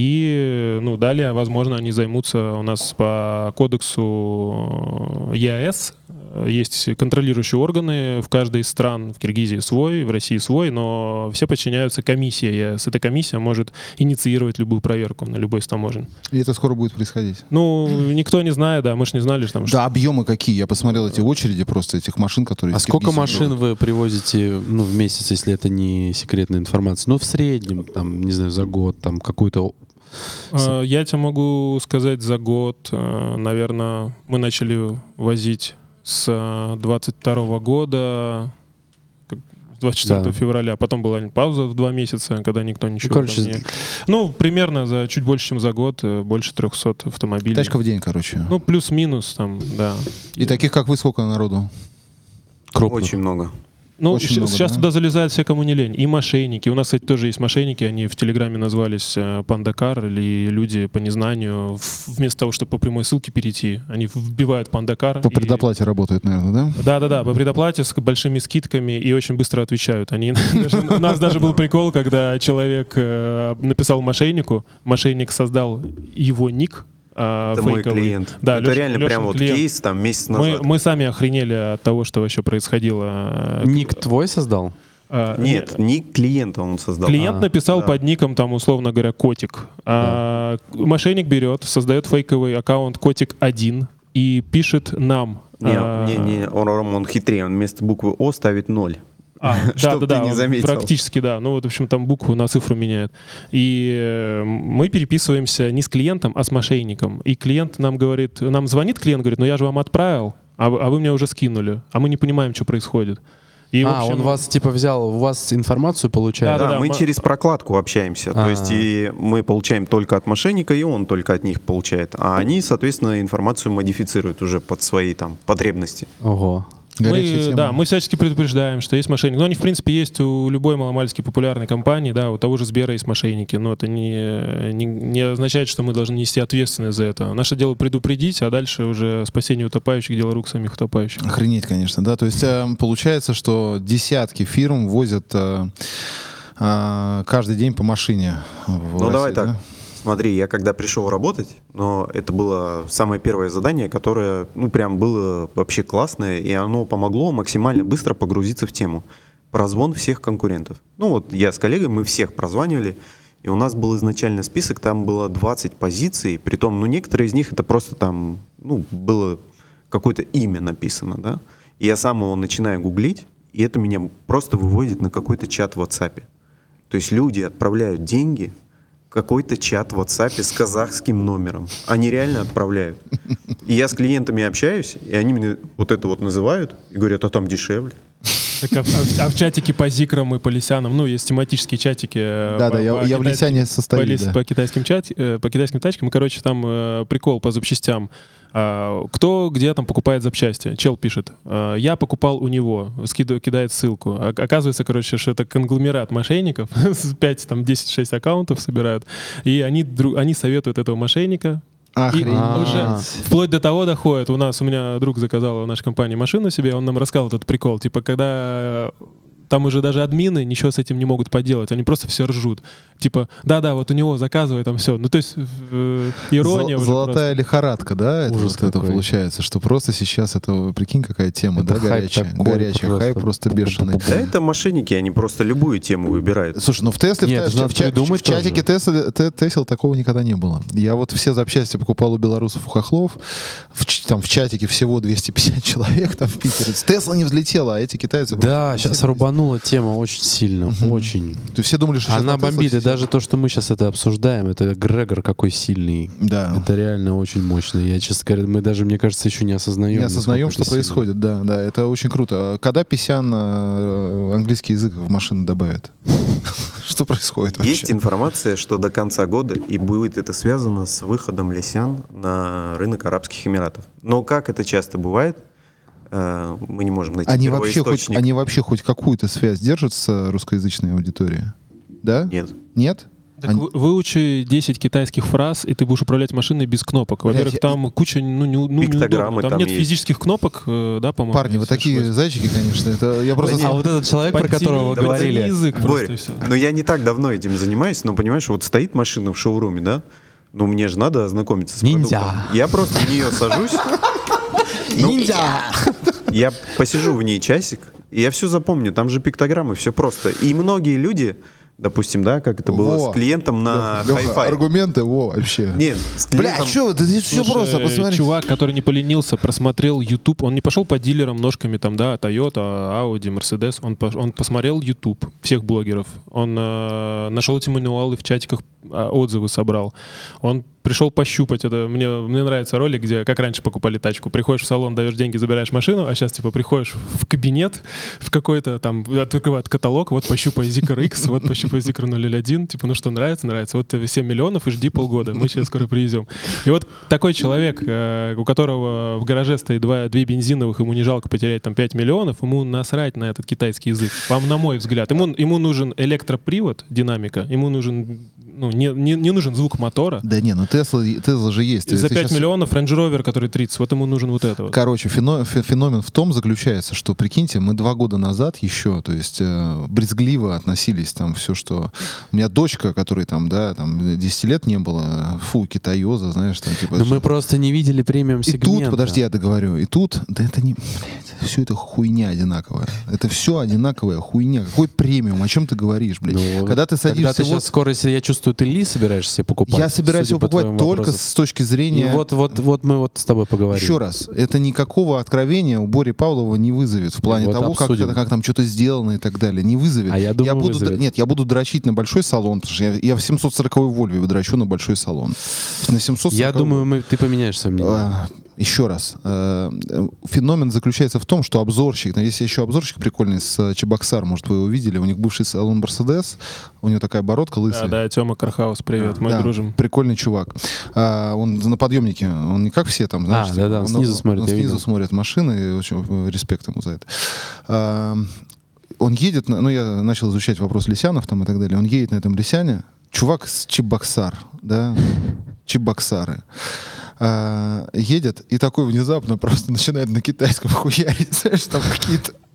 И ну, далее, возможно, они займутся у нас по кодексу е а эс. Есть контролирующие органы в каждой из стран. В Киргизии свой, в России свой, но все подчиняются комиссии е а эс. Эта комиссия может инициировать любую проверку на любой из таможен. И это скоро будет происходить. Ну, никто не знает, да, мы же не знали, что там... Да, объемы какие? Я посмотрел эти очереди просто этих машин, которые... А в сколько Киргизии машин делают. вы привозите ну, в месяц, если это не секретная информация? Ну, в среднем, там, не знаю, за год, там, какую-то... Э, Я тебе могу сказать, за год, э, наверное, мы начали возить с э, двадцать второго года, как двадцать четвёртого Да. февраля, потом была пауза в два месяца, когда никто ничего короче, там не... Ну, примерно за чуть больше, чем за год, э, больше трехсот автомобилей. Тачка в день, короче. Ну, плюс-минус там, да. И таких, как вы, сколько народу? Крупных. Очень много. Ну, Очень щ- много, сейчас да? туда залезают все, кому не лень. И мошенники. У нас, кстати, тоже есть мошенники. Они в Телеграме назвались э, Пандакар, или люди по незнанию, в- вместо того, чтобы по прямой ссылке перейти, они вбивают Пандакар. По и- предоплате работают, наверное, да? Да-да-да, по предоплате с большими скидками и очень быстро отвечают. Они, даже- у нас даже был прикол, когда человек э, написал мошеннику, мошенник создал его ник, а, Это мой фейковый. клиент. Да, это Леша- реально Лешин прям вот клиент. кейс там месяц Мы, назад. мы сами охренели от того, что вообще происходило. Ник твой создал? А, Нет, ник клиента он создал. Клиент А, написал да. под ником, там, условно говоря, котик. А мошенник берет, создает фейковый аккаунт котик один и пишет нам. Не, а, не, не, он, он хитрее, он вместо буквы О ставит ноль. А, да, Чтоб да, ты да, не он заметил. практически, да. Ну вот, в общем, там букву на цифру меняет. И э, мы переписываемся не с клиентом, а с мошенником. И клиент нам говорит, нам звонит клиент, говорит: ну я же вам отправил, а вы, а вы мне уже скинули. А мы не понимаем, что происходит. И, в а, общем, он вас типа взял, у вас информацию получает? Да, Да-да, мы мы- через прокладку общаемся. А. То есть и мы получаем только от мошенника, и он только от них получает. А они, соответственно, информацию модифицируют уже под свои там потребности. Ого. Горячая Мы, тема. да, мы всячески предупреждаем, что есть мошенники. Но они, в принципе, есть у любой маломальски популярной компании, да, у того же Сбера есть мошенники. Но это не, не, не означает, что мы должны нести ответственность за это. Наше дело предупредить, а дальше уже спасение утопающих — дело рук самих утопающих. Охренеть, конечно, да. То есть э, получается, что десятки фирм возят э, э, каждый день по машине. в Ну, давай России, так. да? Смотри, я когда пришел работать, но это было самое первое задание, которое, ну, прям было вообще классное, и оно помогло максимально быстро погрузиться в тему. Прозвон всех конкурентов. Ну, вот я с коллегой, мы всех прозванивали, и у нас был изначально список, там было двадцать позиций, притом, ну, некоторые из них это просто там ну, было какое-то имя написано, да, и я сам его начинаю гуглить, и это меня просто выводит на какой-то чат в WhatsApp. То есть люди отправляют деньги в какой-то чат в WhatsApp с казахским номером. Они реально отправляют. И я с клиентами общаюсь, и они мне вот это вот называют и говорят, а там дешевле. Так, а, а- а в чатике по зикрам и по лисянам, ну, есть тематические чатики. э, Да, по- да, я- по я в китайским- лисяне состою, По, лис- да. по китайским чат, э, по китайским тачкам. И, короче, там э, прикол по запчастям. А, кто где там покупает запчасти? Чел пишет, а, я покупал у него, скидывает, кидает ссылку. А- Оказывается, короче, что это конгломерат мошенников, с пять, там, десять, шесть аккаунтов собирают, и они, дру- они советуют этого мошенника. И Охренеть. уже вплоть до того доходит. У нас, у меня друг заказал в нашей компании машину себе, он нам рассказал этот прикол. Типа, когда там уже даже админы ничего с этим не могут поделать, они просто все ржут. Типа, да-да, вот у него заказывай там все. Ну, то есть, э, ирония Зол- уже Золотая лихорадка, да? Это, Ужас вот это какой. получается, что просто сейчас это, прикинь, какая тема, Это да, хайп горячая. такой Горячая, просто. хайп просто бешеный. Да это мошенники, они просто любую тему выбирают. Слушай, ну в Тесле, Нет, в, это надо в ча- придумать в чатике тоже. Тесла, Те- Тесел такого никогда не было. Я вот все запчасти покупал у белорусов, у хохлов. В, ч- там в чатике всего двести пятьдесят человек там в Питере. Тесла не взлетела, а эти китайцы... Да, просто- сейчас рубанула тема очень сильно, очень. То есть все думали, что сейчас Она на Теслах бомбит, и все- даже то, что мы сейчас это обсуждаем, это Грегор какой сильный. Да. Это реально очень мощно. Я, честно говоря, мы даже, мне кажется, еще не осознаем. Не осознаем, что насколько это сильно. происходит, да, да, это очень круто. Когда Писян э, английский язык в машину добавит? Что происходит вообще? Есть информация, что до конца года и будет это связано с выходом Лисян на рынок Арабских Эмиратов. Но как это часто бывает, э, мы не можем найти Они вообще, хоть, первоисточник. они вообще хоть какую-то связь держат с русскоязычной аудиторией? Да? Нет. Нет? Так Они- вы- выучи десять китайских фраз, и ты будешь управлять машиной без кнопок. Во-первых, Блядь, там куча, ну, не, ну, Пиктограммы неудобно. Там, там нет есть. физических кнопок, э, да, по-моему? Парни, вы если не такие ошибаюсь. зайчики, конечно. Это я просто... А вот этот человек, про Подтяни- которого вы подтяни говорили, язык просто, Борь, и всё. но я не так давно этим занимаюсь, но понимаешь, вот стоит машина в шоуруме, да? Ну, мне же надо ознакомиться с Ниндзя. продуктом. Я просто в нее сажусь, Ниндзя! я посижу в ней часик, и я все запомню. Там же пиктограммы, все просто. И многие люди, допустим, да, как это было Во. с клиентом на Лёха, Hi-Fi. аргументы, во, вообще. Нет, с Бля, клиентом... что это? Здесь все Слушай, просто, посмотри. чувак, который не поленился, просмотрел YouTube, он не пошел по дилерам ножками, там, да, Toyota, Audi, Mercedes, он, пош- он посмотрел YouTube всех блогеров, он э, нашел эти мануалы в чатиках, а, отзывы собрал, он пришел пощупать это. Мне, мне нравится ролик, где, как раньше покупали тачку, приходишь в салон, даешь деньги, забираешь машину, а сейчас, типа, приходишь в кабинет, в какой-то там, открывают каталог, вот пощупай Zikr X, вот пощупай Zikr ноль один, типа, ну что, нравится, нравится, вот тебе семь миллионов и жди полгода, мы сейчас скоро привезем. И вот такой человек, э, у которого в гараже стоит два, две бензиновых, ему не жалко потерять там пять миллионов, ему насрать на этот китайский язык, вам, на мой взгляд. Ему, ему нужен электропривод, динамика, ему нужен, ну, не, не, не нужен звук мотора. Да не, ну Тесла, Тесла же есть. За Ты пять щас- миллионов Range Rover, который тридцать, вот ему нужен вот это вот. Короче, фено- фе- феномен в том заключается, что, прикиньте, мы два года назад еще, то есть э, брезгливо относились там все, что... У меня дочка, которой там, да, там десять лет не было, фу, китаёза, знаешь, там типа... Но мы просто не видели премиум И сегмента. тут, подожди, я договорю, и тут, да это не... Все это хуйня одинаковая. Это все одинаковая хуйня. Какой премиум? О чем ты говоришь, блядь? Ну, Когда ты Когда садишься... ты вот- сейчас скоро, если я чувствую, ты Ли собираешься себе покупать. Я собираюсь судя его по покупать твоим только вопросам. с точки И зрения... вот, вот, вот мы вот с тобой поговорим. Еще раз, это никакого откровения у Бори Павлова не вызовет в плане Вот того, как, обсудим. это, как там что-то сделано и так далее. Не вызовет. А я думаю, буду, вызовет. др- Нет, я буду дрочить на большой салон, потому что я, я в семьсот сороковой Вольве дрочу на большой салон. На семьсот сороковой Я думаю, мы, ты поменяешь свое мнение. А, еще раз. э, э, Феномен заключается в том, что обзорщик, ну, есть еще обзорщик прикольный с э, Чебоксар, может, вы его видели, у них бывший салон Мерседес, у него такая бородка лысая. Да, да, Тёма Кархаус, привет, мы Да, дружим. прикольный чувак. А, он на подъемнике, он не как все там, знаешь, А, да-да, он типа, снизу смотрит, он я снизу видел. смотрит машины, и очень э, респект ему за это. А, он едет, на- ну я начал изучать вопрос лисянов там и так далее, он едет на этом лисяне, чувак с Чебоксар, да, Чебоксары. А, едет и такой внезапно просто начинает на китайском хуярить, знаешь, там какие-то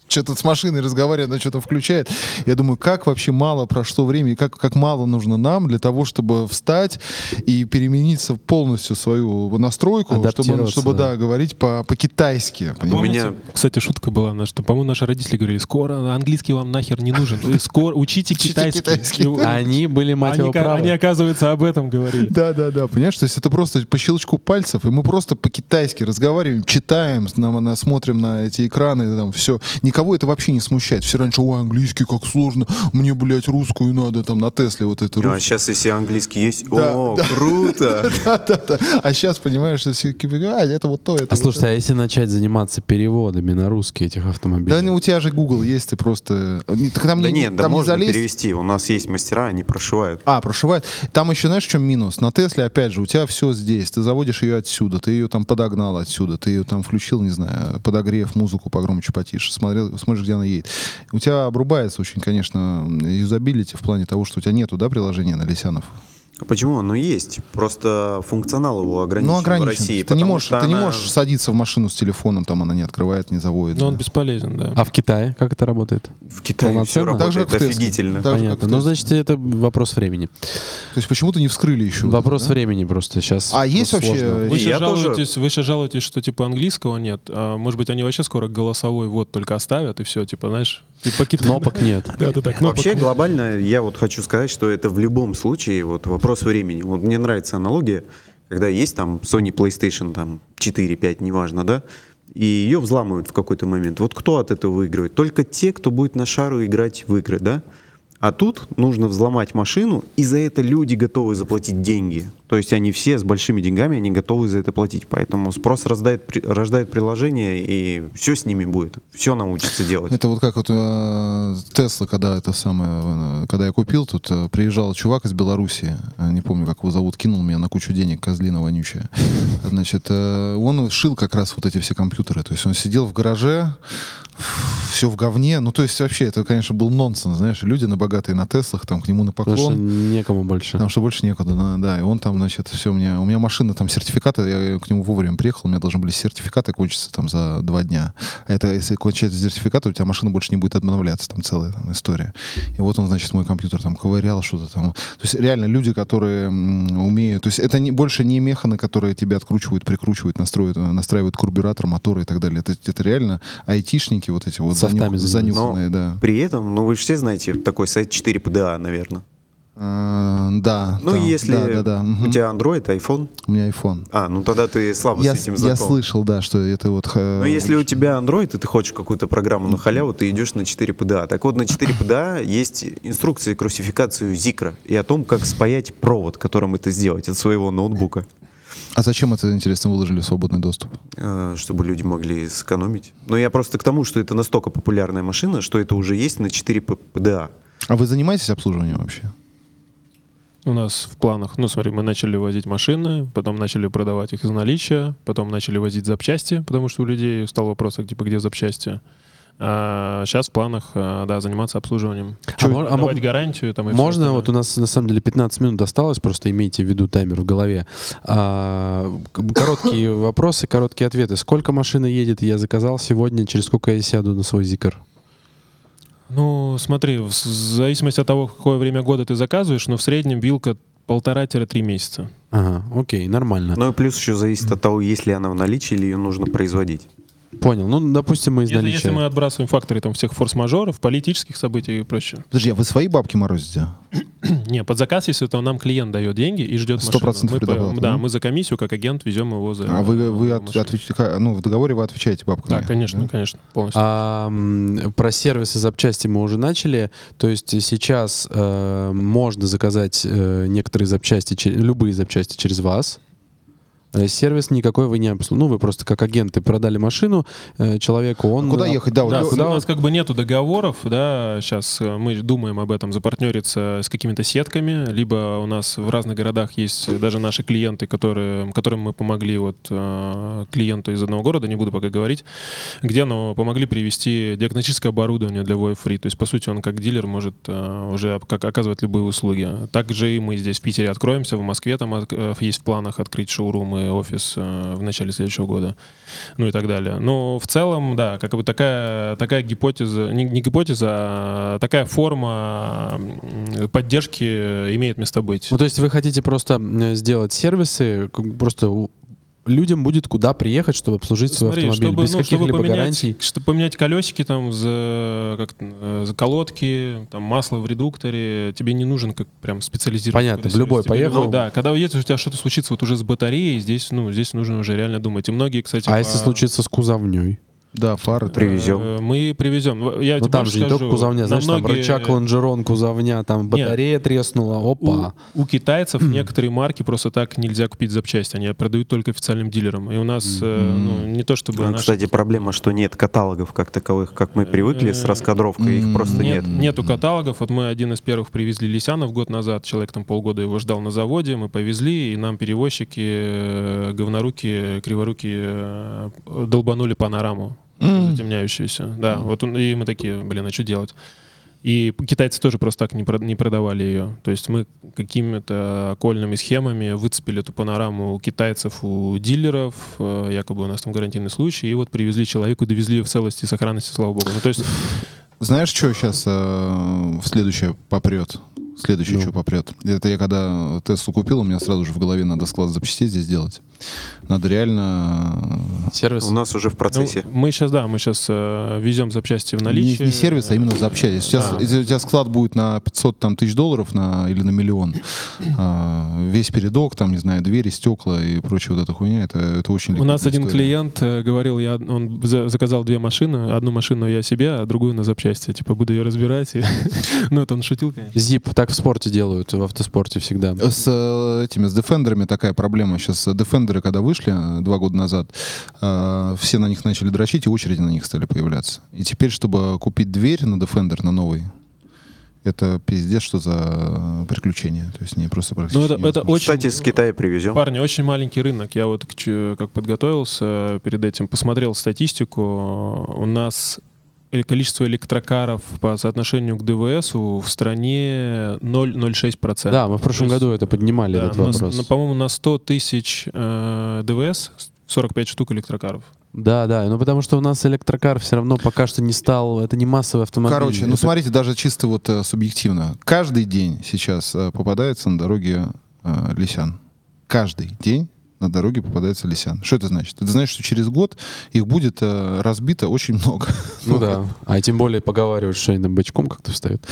что-то с машиной разговаривает, она что-то включает. Я думаю, как вообще мало прошло времени, как, как мало нужно нам для того, чтобы встать и перемениться полностью свою настройку, чтобы, Адаптироваться, чтобы да. да. говорить по- по-китайски. У меня Кстати, шутка была, на что, по-моему, наши родители говорили, скоро английский вам нахер не нужен, вы скоро учите китайский. китайский. И- Они были, мать Они, его, ка- правы. они, оказывается, об этом говорили. Да, да, да, понимаешь, то есть это просто по щелчку пальцев, и мы просто по-китайски разговариваем, читаем, нам, на, смотрим на эти экраны, там все. Никого это вообще не смущает. Все раньше, ой, английский, как сложно, мне, блядь, русскую надо, там, на Тесле вот это. а сейчас, если английский есть, Да, о, да. круто! Да-да-да. А сейчас, понимаешь, что все, а, это вот то, это А вот слушайте, а если начать заниматься переводами на русский этих автомобилей? Да, ну, у тебя же Google есть, ты просто... Не- так там Да не, нет, да там не можно залезть. перевести. У нас есть мастера, они прошивают. А, прошивает. Там еще, знаешь, в чем минус? На Тесле, опять же, у тебя все здесь. Ты заводишь ее отсюда, ты ее там подогнал отсюда, ты ее там включил, не знаю, подогрев, музыку погромче, потише, смотрел, смотришь, где она едет. У тебя обрубается очень, конечно, юзабилити в плане того, что у тебя нету, да, приложения на Лисянов? А почему? Оно есть. Просто функционал его ограничен, Ну, ограничен. в России. Ты не, потому можешь, что ты не она- можешь садиться в машину с телефоном, там она не открывает, не заводит. Но он да. бесполезен, да. А в Китае как это работает? В Китае все полноценно? Так же, работает как в Тесле. офигительно. Так же, как Понятно. в Ну, Тесле. значит, это вопрос времени. То есть почему-то не вскрыли еще. Вопрос да? времени просто сейчас. А есть вообще- сложно. Вы И я сейчас, тоже- жалуетесь, вы сейчас жалуетесь, что типа английского нет. А, может быть, они вообще скоро голосовой вот только оставят, и все, типа, знаешь, типа Кнопок нет. Да, да, да, кнопок Вообще, нет. глобально, я вот хочу сказать, что это в любом случае вот вопрос времени. Вот мне нравится аналогия, когда есть там Sony PlayStation там четыре пять, неважно, да, и ее взламывают в какой-то момент. Вот кто от этого выигрывает? Только те, кто будет на шару играть в игры, да? А тут нужно взломать машину, и за это люди готовы заплатить деньги. То есть они все с большими деньгами, они готовы за это платить. Поэтому спрос рождает, при- рождает приложение, и все с ними будет. Все научится делать. Это вот как вот э, Тесла, когда это самое, э, когда я купил, тут э, приезжал чувак из Беларуси, э, не помню, как его зовут, кинул меня на кучу денег, козлина вонючая. Значит, э, он шил как раз вот эти все компьютеры. То есть он сидел в гараже, все в говне. Ну, то есть вообще это, конечно, был нонсенс, знаешь. Люди на богатые на Теслах, там к нему на Потому что поклон. некому больше. Потому что больше некуда, да, да. И он там, значит, все, у меня, у меня машина, там сертификаты, я к нему вовремя приехал, у меня должны были сертификаты кончиться там за два дня. А это, если кончается сертификаты, у тебя машина больше не будет обновляться, там целая там, история. И вот он, значит, мой компьютер там ковырял что-то там. То есть реально люди, которые м, умеют, то есть это не, больше не механы, которые тебя откручивают, прикручивают, настроят, настраивают карбюратор, моторы и так далее. Это, это реально айтишники вот эти вот Софтами занюх- занимаются. занюханные, Но да. При этом, ну вы же все знаете такой сайт четыре пэ дэ а, наверное. А, да. Ну, там, если да, да, да. у Мгм. тебя Android, iPhone, У меня iPhone. а, ну тогда ты слабо Я, с этим я знаком. слышал, да, что это вот... Но если у тебя Android, и ты хочешь какую-то программу на халяву, ты идешь на четыре пэ дэ а. Так вот, на четыре пэ дэ а есть инструкции к русификацию Zikra и о том, как спаять провод, которым это сделать от своего ноутбука, А зачем это, интересно, выложили в свободный доступ? э, чтобы люди могли сэкономить. Но я просто к тому, что это настолько популярная машина, что это уже есть на четыре пэ дэ а. А вы занимаетесь обслуживанием вообще? У нас в планах, ну смотри, мы начали возить машины, потом начали продавать их из наличия, потом начали возить запчасти, потому что у людей стал вопрос, а, типа, где запчасти. А сейчас в планах, а, да, заниматься обслуживанием. А мож- а Давать мо- гарантию. Там, и всё Можно, остальное. вот у нас на самом деле пятнадцать минут осталось, просто имейте в виду таймер в голове. А, к- короткие вопросы, короткие ответы. Сколько машина едет, я заказал сегодня, через сколько я сяду на свой Zikr? Ну, смотри, в с- в зависимости от того, какое время года ты заказываешь, но в среднем вилка полтора-три месяца. Ага, окей, нормально. Ну и плюс еще зависит от того, есть ли она в наличии или ее нужно производить. Понял. Ну, допустим, мы из Если, наличия. если мы отбрасываем факторы там, всех форс-мажоров, политических событий и прочее. Подожди, а вы свои бабки морозите? Не, под заказ, если то нам клиент дает деньги и ждет Сто машину. процентов Мы по- предоплата, Да, да? мы за комиссию, как агент, везем его за... А вы, вы от- машину. отвеч- ну, в договоре вы отвечаете бабками? Да, конечно, да? конечно, полностью. А, м, про сервисы запчасти мы уже начали. То есть сейчас э, можно заказать э, некоторые запчасти, че- любые запчасти через вас. Э, Сервис никакой вы не обслуживаете. Ну, вы просто как агенты продали машину э, человеку, он... А куда ехать? Да, вот Да, я- у нас как бы нету договоров, да, сейчас мы думаем об этом, запартнериться с какими-то сетками, либо у нас в разных городах есть даже наши клиенты, которые, которым мы помогли, вот э, клиенту из одного города, не буду пока говорить, где ну, помогли привести диагностическое оборудование для ви ай Free, то есть, по сути, он как дилер может э, уже как оказывать любые услуги. Также и мы здесь в Питере откроемся, в Москве там от- э, есть в планах открыть шоурумы, мы офис э, в начале следующего года, ну и так далее. Но в целом, да, как бы такая, такая гипотеза, не, не гипотеза, а такая форма поддержки имеет место быть. Ну, то есть вы хотите просто сделать сервисы, как бы просто у- людям будет куда приехать, чтобы обслужить свой Смотри, автомобиль, чтобы, без ну, чтобы каких-либо поменять, гарантий. чтобы поменять колесики, там, за, как, э, за колодки, там, масло в редукторе, тебе не нужен как прям специализированный Понятно, в сервис. любой Тебе поехал. любой- Да, когда едешь, у тебя что-то случится вот уже с батареей, здесь, ну, здесь нужно уже реально думать. И многие, кстати... А по- если случится с кузовней? Да, фары. Привезем. Э, Мы привезем. Я Ну тебе там больше же не скажу, только кузовня, на знаешь, там многие- рычаг, лонжерон, кузовня, там батарея треснула, опа. У, у китайцев некоторые марки просто так нельзя купить запчасти, они продают только официальным дилерам. И у нас э, ну, не то чтобы... Ну, наши- кстати, проблема, что нет каталогов как таковых, как мы привыкли с раскадровкой, их просто Нет, нет. нету каталогов. Вот мы один из первых привезли Лисянов год назад. Человек там полгода его ждал на заводе. Мы повезли, и нам перевозчики, э, говноруки, криворуки э, долбанули панораму затемняющуюся. Да, вот он- и мы такие, блин, а что делать? И китайцы тоже просто так не, прод- не продавали ее. То есть мы какими-то окольными схемами выцепили эту панораму у китайцев, у дилеров, э, якобы у нас там гарантийный случай, и вот привезли человеку, довезли ее в целости и сохранности, слава богу. Ну, то есть Знаешь, что сейчас э, в следующее попрет? Следующее, Ну. что попрет? Это я когда Теслу купил, у меня сразу же в голове надо склад запчастей здесь делать. Надо реально... Сервис. У нас уже в процессе. ну, мы сейчас, да, мы сейчас э, везем запчасти в Не, наличие. не сервис, а именно запчасти. Если у, тебя, Да. если у тебя склад будет на пятьсот там, тысяч долларов на, или на миллион, а, весь передок, там, не знаю, двери, стекла и прочая вот эта хуйня, это, это очень У нас ликвидная один история. клиент э, говорил, я, он за- заказал две машины, одну машину я себе, а другую на запчасти. Типа буду ее разбирать. и- Ну, это он шутил, конечно. Zip, так в спорте делают, в автоспорте всегда. С э, этими, с Defender'ами такая проблема. Сейчас Defender'ы, когда вышли э, два года назад, э, все на них начали дрочить, и очереди на них стали появляться. И теперь, чтобы купить дверь на Defender, на новый, это пиздец, что за приключение. То есть не просто Ну, практически это, это невозможно. очень... Кстати, с Китая привезем. Парни, очень маленький рынок. Я вот к чё- как подготовился перед этим, посмотрел статистику. У нас э, количество электрокаров по соотношению к ДВС в стране ноль целых ноль шесть сотых процента. Да, мы в прошлом То есть, году это поднимали, да, этот на- вопрос. на- по-моему, на сто тысяч э, ДВС сорок пять штук электрокаров. Да, да, ну потому что у нас электрокар все равно пока что не стал, это не массовый автомобиль. Короче, ну Это- смотрите, даже чисто вот э, субъективно. Каждый день сейчас э, попадается на дороге э, Лисян. Каждый день на дороге попадается Лисян. Что это значит? Это значит, что через год их будет э, разбито очень много. Ну да, а тем более поговаривают, что они там бочком как-то встают.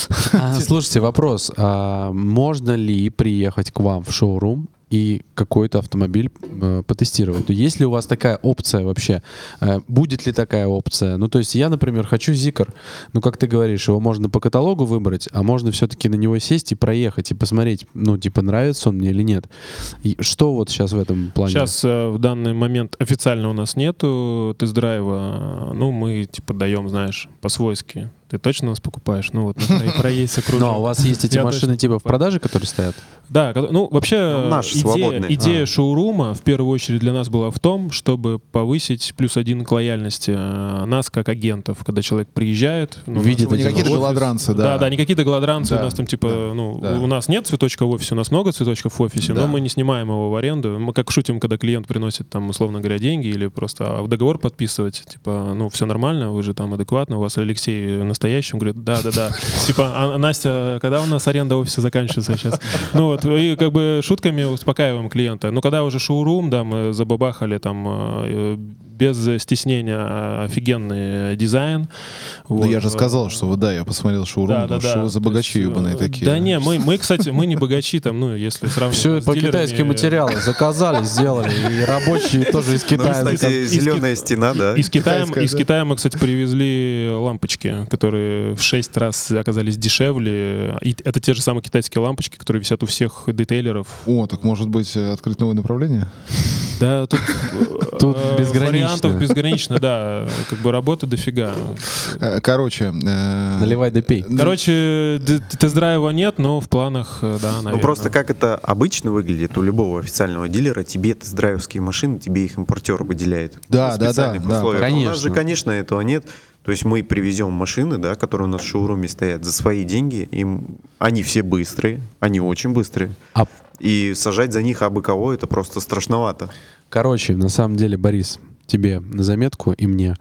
А, слушайте, вопрос. А можно ли приехать к вам в шоурум и какой-то автомобиль э, потестировать? То есть ли у вас такая опция вообще? Э, будет ли такая опция? Ну, то есть я, например, хочу Zikr. Ну, как ты говоришь, его можно по каталогу выбрать, а можно все-таки на него сесть и проехать, и посмотреть, ну, типа, нравится он мне или нет. И что вот сейчас в этом плане? Сейчас э, в данный момент официально у нас нету тест-драйва. Ну, мы типа даем, знаешь, по-свойски. Ты точно нас покупаешь? Ну вот, на проезд кружок. Но у вас есть эти Я машины точно типа в покупаю. продаже, которые стоят? Да, ко- ну вообще Наши идея, свободные. идея А. шоурума в первую очередь для нас была в том, чтобы повысить плюс один к лояльности э, нас как агентов, когда человек приезжает. Ну, Видит у нас эти Не какие-то офис. голодранцы, да. Да, да, не какие-то голодранцы, Да, у нас там типа, да, ну, да. у нас нет цветочка в офисе, у нас много цветочков в офисе, Да. но мы не снимаем его в аренду. Мы как шутим, когда клиент приносит там, условно говоря, деньги или просто а, в договор подписывать, типа, ну, все нормально, вы же там адекватно, у вас Алексей настоящий, он говорит, да-да-да. Типа, а Настя, когда у нас аренда офиса заканчивается сейчас? Ну вот, и как бы шутками успокаиваем клиента. Но когда уже шоурум, да, мы забабахали там э, без стеснения офигенный дизайн. Ну, Вот. я же сказал, что вы, да, я посмотрел шоурум, Да, да, думаю, что да. вы за богачи То есть, ебаные э, такие. Да не, мы, мы, кстати, мы не богачи, там, ну, если сравнивать Все с по дилерами. китайским материалам заказали, сделали. И рабочие тоже из Ну, Китая. кстати, заказали. зеленая стена, да. Из Китая, Китайская, из да. Китая мы, кстати, привезли лампочки, которые в шесть раз оказались дешевле. И это те же самые китайские лампочки, которые висят у всех детейлеров. О, так может быть э, открыть новое направление? Да, тут, Тут э, безграничные Вариантов безгранично, да. Как бы работы дофига. Э, Короче... э, Наливай да пей. Короче, д- тест-драйва нет, но в планах, э, да, наверное. Ну просто как это обычно выглядит у любого официального дилера, тебе тест-драйвские машины, тебе их импортер выделяет. Да, В да, специальных да, да, условиях. У нас конечно. же, конечно, этого нет. То есть мы привезем машины, да, которые у нас в шоуруме стоят за свои деньги, им они все быстрые, они очень быстрые. А, И сажать за них абы кого это просто страшновато. короче, на самом деле, Борис, тебе на заметку и мне.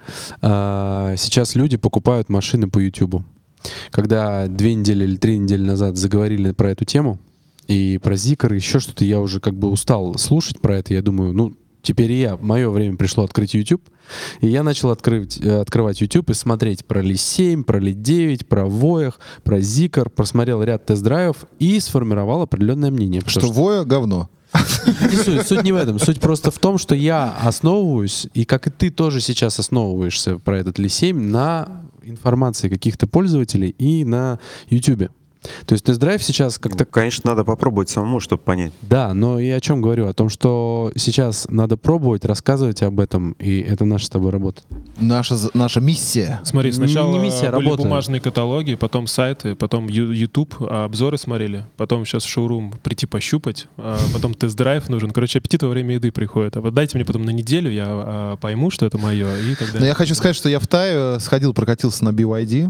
А, сейчас люди покупают машины по Ютубу. Когда две недели или три недели назад заговорили про эту тему, и про Zikr, и еще что-то, я уже как бы устал слушать про это. Я думаю, ну, теперь и я, мое время пришло открыть YouTube. И я начал открыть, э, открывать YouTube и смотреть про Ли семь, про Ли девять, про Воях, про Zikr, просмотрел ряд тест-драйвов и сформировал определенное мнение. Что Потому Воя говно. Не суть, суть не в этом. Суть просто в том, что я основываюсь, и как и ты тоже сейчас основываешься про этот Ли семь, на информации каких-то пользователей и на YouTube. То есть тест-драйв сейчас как-то... Ну, конечно, надо попробовать самому, чтобы понять. Да, но я о чем говорю? О том, что сейчас надо пробовать, рассказывать об этом, и это наша с тобой работа. Наша, з- наша миссия. Смотри, сначала Не миссия, а были работа. бумажные каталоги, потом сайты, потом Ю- YouTube, а обзоры смотрели, потом сейчас в шоурум прийти пощупать, а потом тест-драйв нужен. Короче, аппетит во время еды приходит. А вот дайте мне потом на неделю, я а, пойму, что это мое, и так Но далее. я хочу сказать, что я в Тай сходил, прокатился на би вай ди,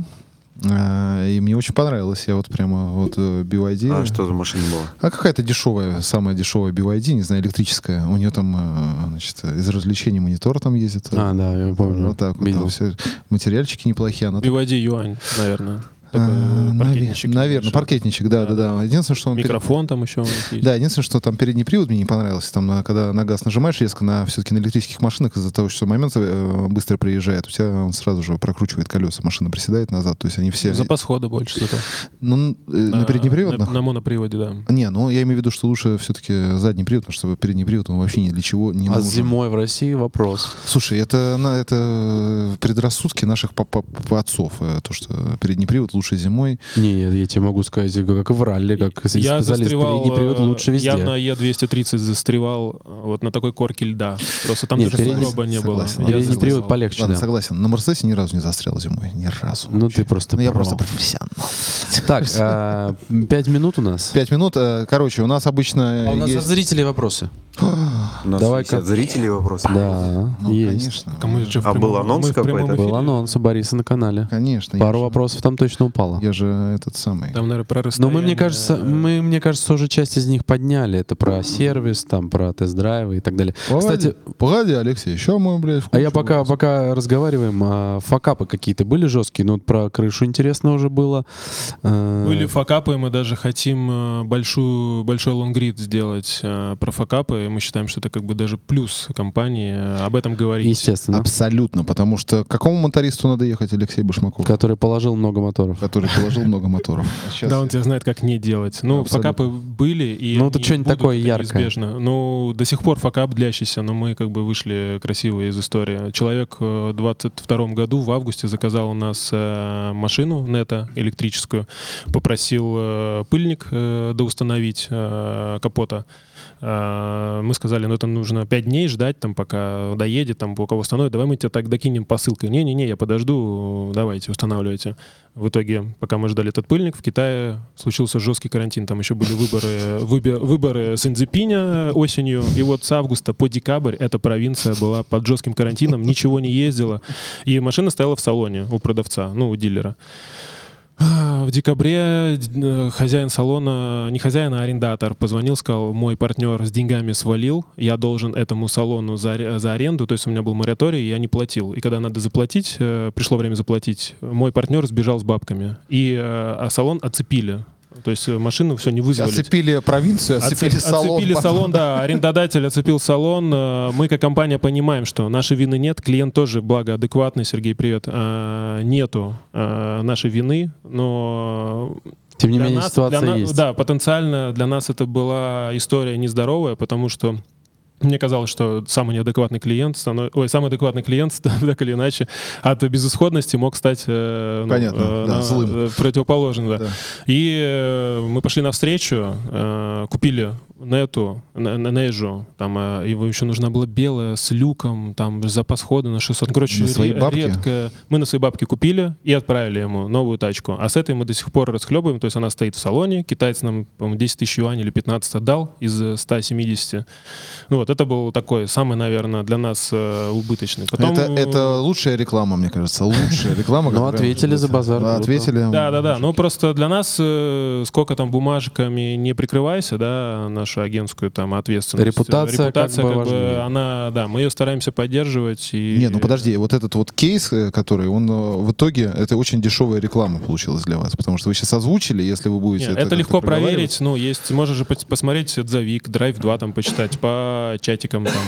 э, и мне очень понравилось. Я вот прямо вот э, би вай ди... А что за машина была? А какая-то дешевая, самая дешевая би вай ди, не знаю, электрическая. У нее там, э, значит, из развлечений монитор там ездит. А, да, я помню. Вот так вот. Видел. Там все материальчики неплохие. Она би вай ди юань, наверное. Такой А, паркетничек Наверное, небольшой. паркетничек, да, да, да. Единственное, что он... перед- Микрофон там еще у них есть. Да, единственное, что там передний привод мне не понравился. Там, на- когда на газ нажимаешь резко, на все-таки на электрических машинах, из-за того, что момент э, быстро приезжает, у тебя он сразу же прокручивает колеса, машина приседает назад. То есть они все... Запас хода больше зато. Ну, э, на переднеприводных? На, на моноприводе, да. Не, ну я имею в виду, что лучше все-таки задний привод, потому что передний привод, он вообще ни для чего не А нужен. зимой в России вопрос. Слушай, это, на, это предрассудки наших папа- папа- отцов. э, То, что передний привод лучше зимой. Не, я, я тебе могу сказать, как в ралли, как Я специалист, застревал, передний привод лучше везде. я на Е двести тридцать застревал э, вот на такой корке льда. Просто там Не, даже передний- сугроба не было. согласен. Я Передний застревал. привод полегче, Ладно, да. согласен. На Мерседесе ни разу не застрял зимой. Ни разу. Ну ты просто Ну, я про. просто профессионал. Так, а, пять минут у нас. Пять минут. э, Короче, у нас обычно А у нас от есть... зрителей вопросы. У нас Давай-ка. есть от зрителей вопросы. Да, Ну, есть. конечно. А мы же в А был прямом- анонс мы в прямом какой-то? эфире. Был анонс у Бориса на канале. Конечно. я Пару же- вопросов там точно упало. Я же этот самый... Там, наверное, про Но расстояние. мы, мне кажется, мы, мне кажется, уже часть из них подняли. Это про сервис, там, про тест-драйвы и так далее. Погоди, Кстати, погоди, Алексей, еще мы, блядь, а я вкушу. пока, пока разговариваем, а факапы какие-то были жесткие? Ну, вот про крышу интересно уже было. Э, Были факапы, мы даже хотим э, большую, большой лонгрид сделать э, про факапы. И мы считаем, что это как бы даже плюс компании э, об этом говорить. Естественно. Абсолютно, потому что к какому мотористу надо ехать, Алексей Башмаков? Который положил много моторов. Который положил много моторов. А сейчас- Да, он тебя знает, как не делать. Ну, Абсолютно. факапы были, и Ну, они это что-нибудь будут, такое это яркое. неизбежно. Ну, до сих пор факап длящийся, но мы как бы вышли красиво из истории. Человек э, в двадцать втором году в августе заказал у нас э, машину Нета электрическую, попросил э, пыльник э, доустановить э, капота. Э, Мы сказали, ну это нужно пять дней ждать, там, пока доедет, там, у кого установит, давай мы тебя так докинем посылкой. Не-не-не, я подожду, давайте, устанавливайте. В итоге, пока мы ждали этот пыльник, в Китае случился жесткий карантин. Там еще были выборы, выбе- выборы с Инзепиня осенью. И вот с августа по декабрь эта провинция была под жестким карантином, ничего не ездила. И машина стояла в салоне у продавца, ну, у дилера. В декабре э, хозяин салона, не хозяин, а арендатор, позвонил, сказал, мой партнер с деньгами свалил, я должен этому салону за, аре- за аренду, то есть у меня был мораторий, я не платил. И когда надо заплатить, э, пришло время заплатить, мой партнер сбежал с бабками. И э, а салон оцепили. То есть э, машину все не вызвали. Оцепили провинцию, оцепили Оцеп- салон. Оцепили салон, да. Арендодатель оцепил салон. Э, Мы, как компания, понимаем, что нашей вины нет. Клиент тоже, благо, адекватный. Сергей, привет. Э, Нету э, нашей вины, но... Тем не для менее, нас- ситуация для на- есть. Да, потенциально для нас это была история нездоровая, потому что мне казалось, что самый неадекватный клиент, станов- ой, самый адекватный клиент, так или иначе, от безысходности мог стать э, ну, Понятно, э, да, на- злым. э, противоположным. Да. Да. И э, мы пошли навстречу, э, купили Нету, Нежу, там э, его еще нужна была белая с люком, там запас хода на шестьсот. Ну, короче, На свои ре- бабки? редко. Мы на свои бабки купили и отправили ему новую тачку. А с этой мы до сих пор расхлебываем, то есть она стоит в салоне, китаец нам, по-моему, десять тысяч юаней или пятнадцать отдал из ста семидесяти. Ну вот, это был такой самый, наверное, для нас э, убыточный. Потом... Это, это лучшая реклама, мне кажется, лучшая реклама. Ну, которая ответили может за быть. базар, Да, круто. ответили. Да, да, да. Ну просто для нас э, сколько там бумажками не прикрывайся, да, нашу агентскую там ответственность. Репутация Репутация как бы как бы, важнее. она, да, мы ее стараемся поддерживать. И... Не, ну подожди, вот этот вот кейс, э, который, он э, в итоге, это очень дешевая реклама получилась для вас, потому что вы сейчас озвучили, если вы будете... Нет, это, это как-то легко проговаривать. проверить, ну, есть, можешь же пос- посмотреть отзывик, драйв два там почитать, по чатикам там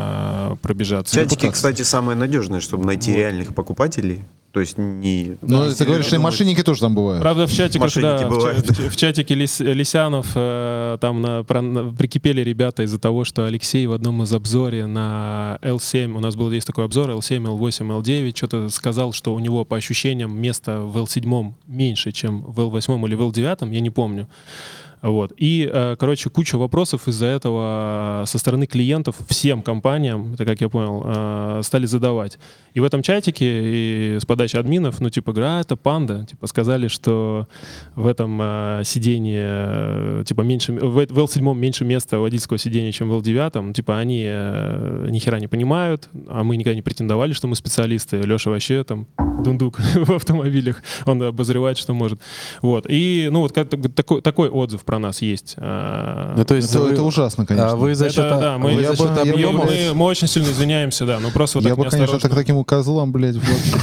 э, пробежаться. Чатики, кстати, самое надежное, чтобы найти Вот. реальных покупателей. То есть не... Ну, не ты говоришь, что и думать. мошенники тоже там бывают. Правда, в чатиках, Мошенники да, в, бывают. ча- в ча- в чатике Лис- Лисянов э, там на- про- на- прикипели ребята из-за того, что Алексей в одном из обзоре на эл семь, у нас был есть такой обзор, эл семь, эл восемь, эл девять, что-то сказал, что у него по ощущениям места в эл семь меньше, чем в эл восемь или в эл девять, я не помню. Вот. И, э, короче, куча вопросов из-за этого со стороны клиентов всем компаниям, это как я понял, э, стали задавать. И в этом чатике и с подачи админов, ну, типа, говорю, а, это панда. Типа, сказали, что в этом э, сидении, э, типа, меньше, в, в эл семь меньше места водительского сидения, чем в эл девять. Типа, они э, ни хера не понимают, а мы никогда не претендовали, что мы специалисты. Леша вообще там дундук в автомобилях, он обозревает, что может. Вот. И, ну, вот как, такой, такой отзыв про нас есть. Ну, то есть Это, вы- это ужасно, конечно. А вы за счет, Это, да, мы, вы я за счет бы- я бы- объемов... мы, мы очень сильно извиняемся, да, но просто вот Я так бы, конечно, неосторожно. так, таким козлам, блядь,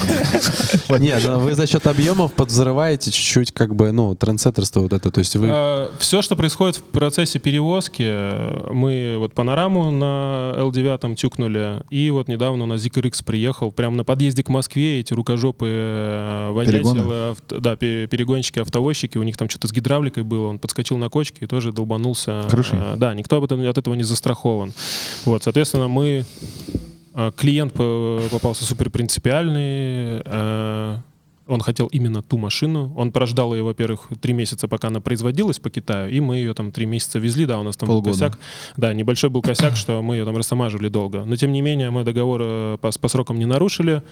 вообще. Нет, но вы за счет объемов подвзрываете чуть-чуть, как бы, ну, трендсеттерство вот это. То есть вы... Все, что происходит в процессе перевозки, э, мы вот панораму на эл девять тюкнули, и вот недавно у нас зик эр икс приехал, прямо на подъезде к Москве, эти рукожопые водители, Перегоны? авто- да, пе- перегонщики, автовозчики, у них там что-то с гидравликой было, он подскочил на кочке и тоже долбанулся. Крышей? Э, Да, никто об этом, от этого не застрахован. Вот, соответственно, мы... э, Клиент по- попался супер принципиальный, э, он хотел именно ту машину. Он прождал ее, во-первых, три месяца, пока она производилась по Китаю, и мы ее там три месяца везли, да, у нас там был Полгода. косяк. Да, небольшой был косяк, что мы ее там растамаживали долго. Но, тем не менее, мы договор э, по, по срокам не нарушили.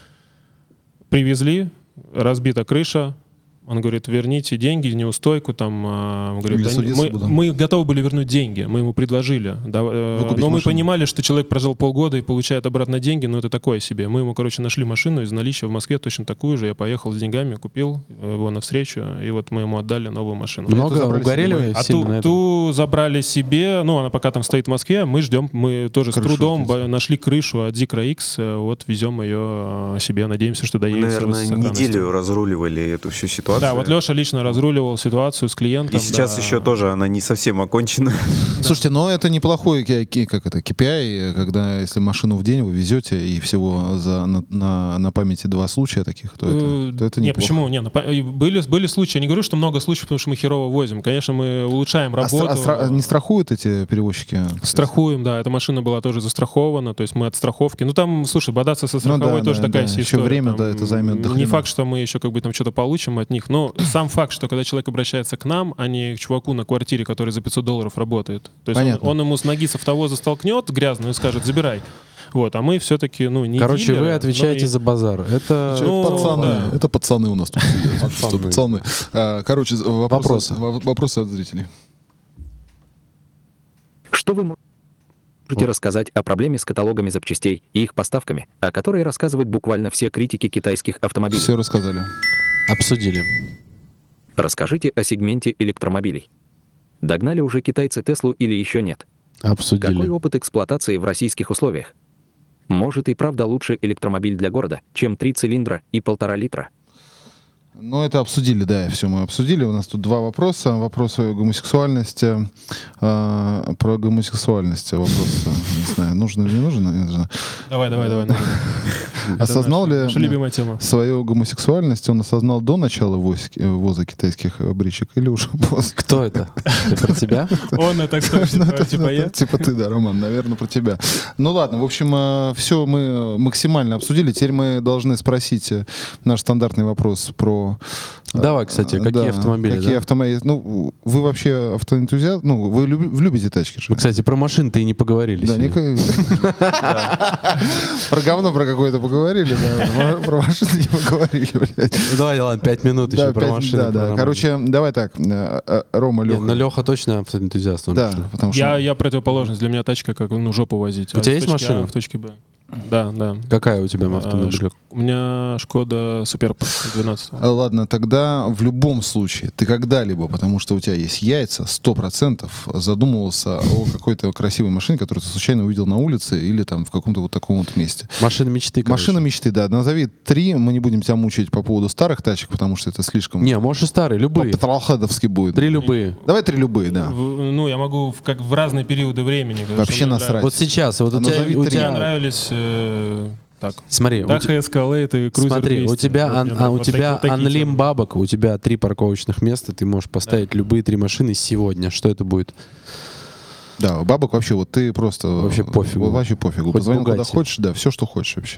Привезли, разбита крыша. Он говорит, верните деньги, неустойку. Там, а, он говорит, Или «Да судиться мы, буду». мы готовы были вернуть деньги, мы ему предложили. Да, э, Выкупить но мы машину. понимали, что человек прожил полгода и получает обратно деньги, но это такое себе. Мы ему, короче, нашли машину из наличия в Москве, точно такую же. Я поехал с деньгами, купил его навстречу, и вот мы ему отдали новую машину. Много забрали угорели себе. вы А сильно ту, на этом? ту забрали себе, ну, она пока там стоит в Москве, мы ждем, мы тоже Крышу с трудом отвезли. ба- нашли крышу от Zikra X, э, вот везем ее э, себе, надеемся, что Мы, доедет. наверное, с сохранностью. неделю разруливали эту всю ситуацию. Да, вот Леша лично разруливал ситуацию с клиентом. И сейчас да. еще тоже она не совсем окончена. Слушайте, но это неплохой ки- ки- как это, кей пи ай, когда если машину в день вы везете и всего за, на, на, на памяти два случая таких, то это, то это не, неплохо. почему? Не, ну, по- и были, были случаи, я не говорю, что много случаев, потому что мы херово возим. Конечно, мы улучшаем А, стра- работу. а стра- не страхуют эти перевозчики? Страхуем, да. Эта машина была тоже застрахована, то есть мы от страховки. Ну там, слушай, бодаться со Ну страховой да, тоже да, такая да. себе Еще история. время, Там, да, это займет до Не хрена. факт, что мы еще как бы там что-то получим от них, но сам факт, что когда человек обращается к нам, а не к чуваку на квартире, который за пятьсот долларов работает. То есть он, Понятно. он ему с ноги с автовоза столкнет грязную и скажет, забирай. Вот, а мы все-таки, ну, не Короче, дилеры, вы но отвечаете и- за базар. Это... Ну, пацаны, да. это пацаны у нас тут сидят. Пацаны. Что, пацаны. А, Короче, вопросы, Вопросы. во- вопросы от зрителей. Что вы можете рассказать о проблеме с каталогами запчастей и их поставками, о которой рассказывают буквально все критики китайских автомобилей? Все рассказали. Обсудили. Расскажите о сегменте электромобилей. Догнали уже китайцы Теслу или еще нет? Обсудили. Какой опыт эксплуатации в российских условиях? Может и правда лучше электромобиль для города, чем три цилиндра и полтора литра? Ну, это обсудили, да, все мы обсудили. У нас тут два вопроса. Вопрос о гомосексуальности. а, про гомосексуальность вопрос, не знаю, нужно или не нужно. не знаю. Давай, давай, давай. давай. Это Осознал наша- ли наша любимая тема. свою гомосексуальность он осознал до начала войск- э, ввоза китайских э, бричек или уже после? Кто это? Ты про тебя? Он, так сказать, Ну, это- типа я. Типа ты, да, Роман, наверное, про тебя. Ну ладно, в общем, все мы максимально обсудили. Теперь мы должны спросить э, наш стандартный вопрос про Давай, кстати, какие Да, автомобили, Какие да? автомобили? Ну, вы вообще автоэнтузиаст? Ну, вы люб- любите тачки же? Мы, кстати, про машины-то и не поговорили Да, сегодня. никак- Про говно про какое-то поговорили, да, про машины не поговорили, блядь. Ну, давай, ладно, пять минут еще Да, про пять- машины. да, про да. романы. Короче, давай так, э, э, Рома, Не, Леха. ну Леха точно автоэнтузиаст. он Да, точно. потому что... Я, я противоположность. Для меня тачка как ну, жопу возить. У А тебя из есть точки машина? А в точке Б. Да, да. Какая у тебя А, автомобиль? Ш- У меня Шкода Суперб двенадцать. А, Ладно, тогда в любом случае ты когда-либо, потому что у тебя есть яйца, сто процентов задумывался о какой-то красивой машине, которую ты случайно увидел на улице или там в каком-то вот таком вот месте. Машина мечты, короче. Машина мечты, да. Назови три, мы не будем тебя мучить по поводу старых тачек, потому что это слишком... Не, можешь и старые, любые. по-патралхедовски будет. Три любые. Давай три любые, да. В- ну, я могу в, как в разные периоды времени. потому Вообще что мне насрать. Вот сейчас, вот у А тебя, назови у три. Мне тебя- нравились э, так. смотри, у Даха, те- Эскалейд и Крузер смотри, у двести. тебя, Вот ан- мне а, у вот тебя такие- вот такие анлим темы. бабок, у тебя три парковочных места, ты можешь поставить любые три машины сегодня. Что это будет? Да, бабок вообще, вот ты просто... Вообще пофигу. вот Вообще пофигу. Хоть Позвони куда Бугатти. хочешь, да, все, что хочешь вообще.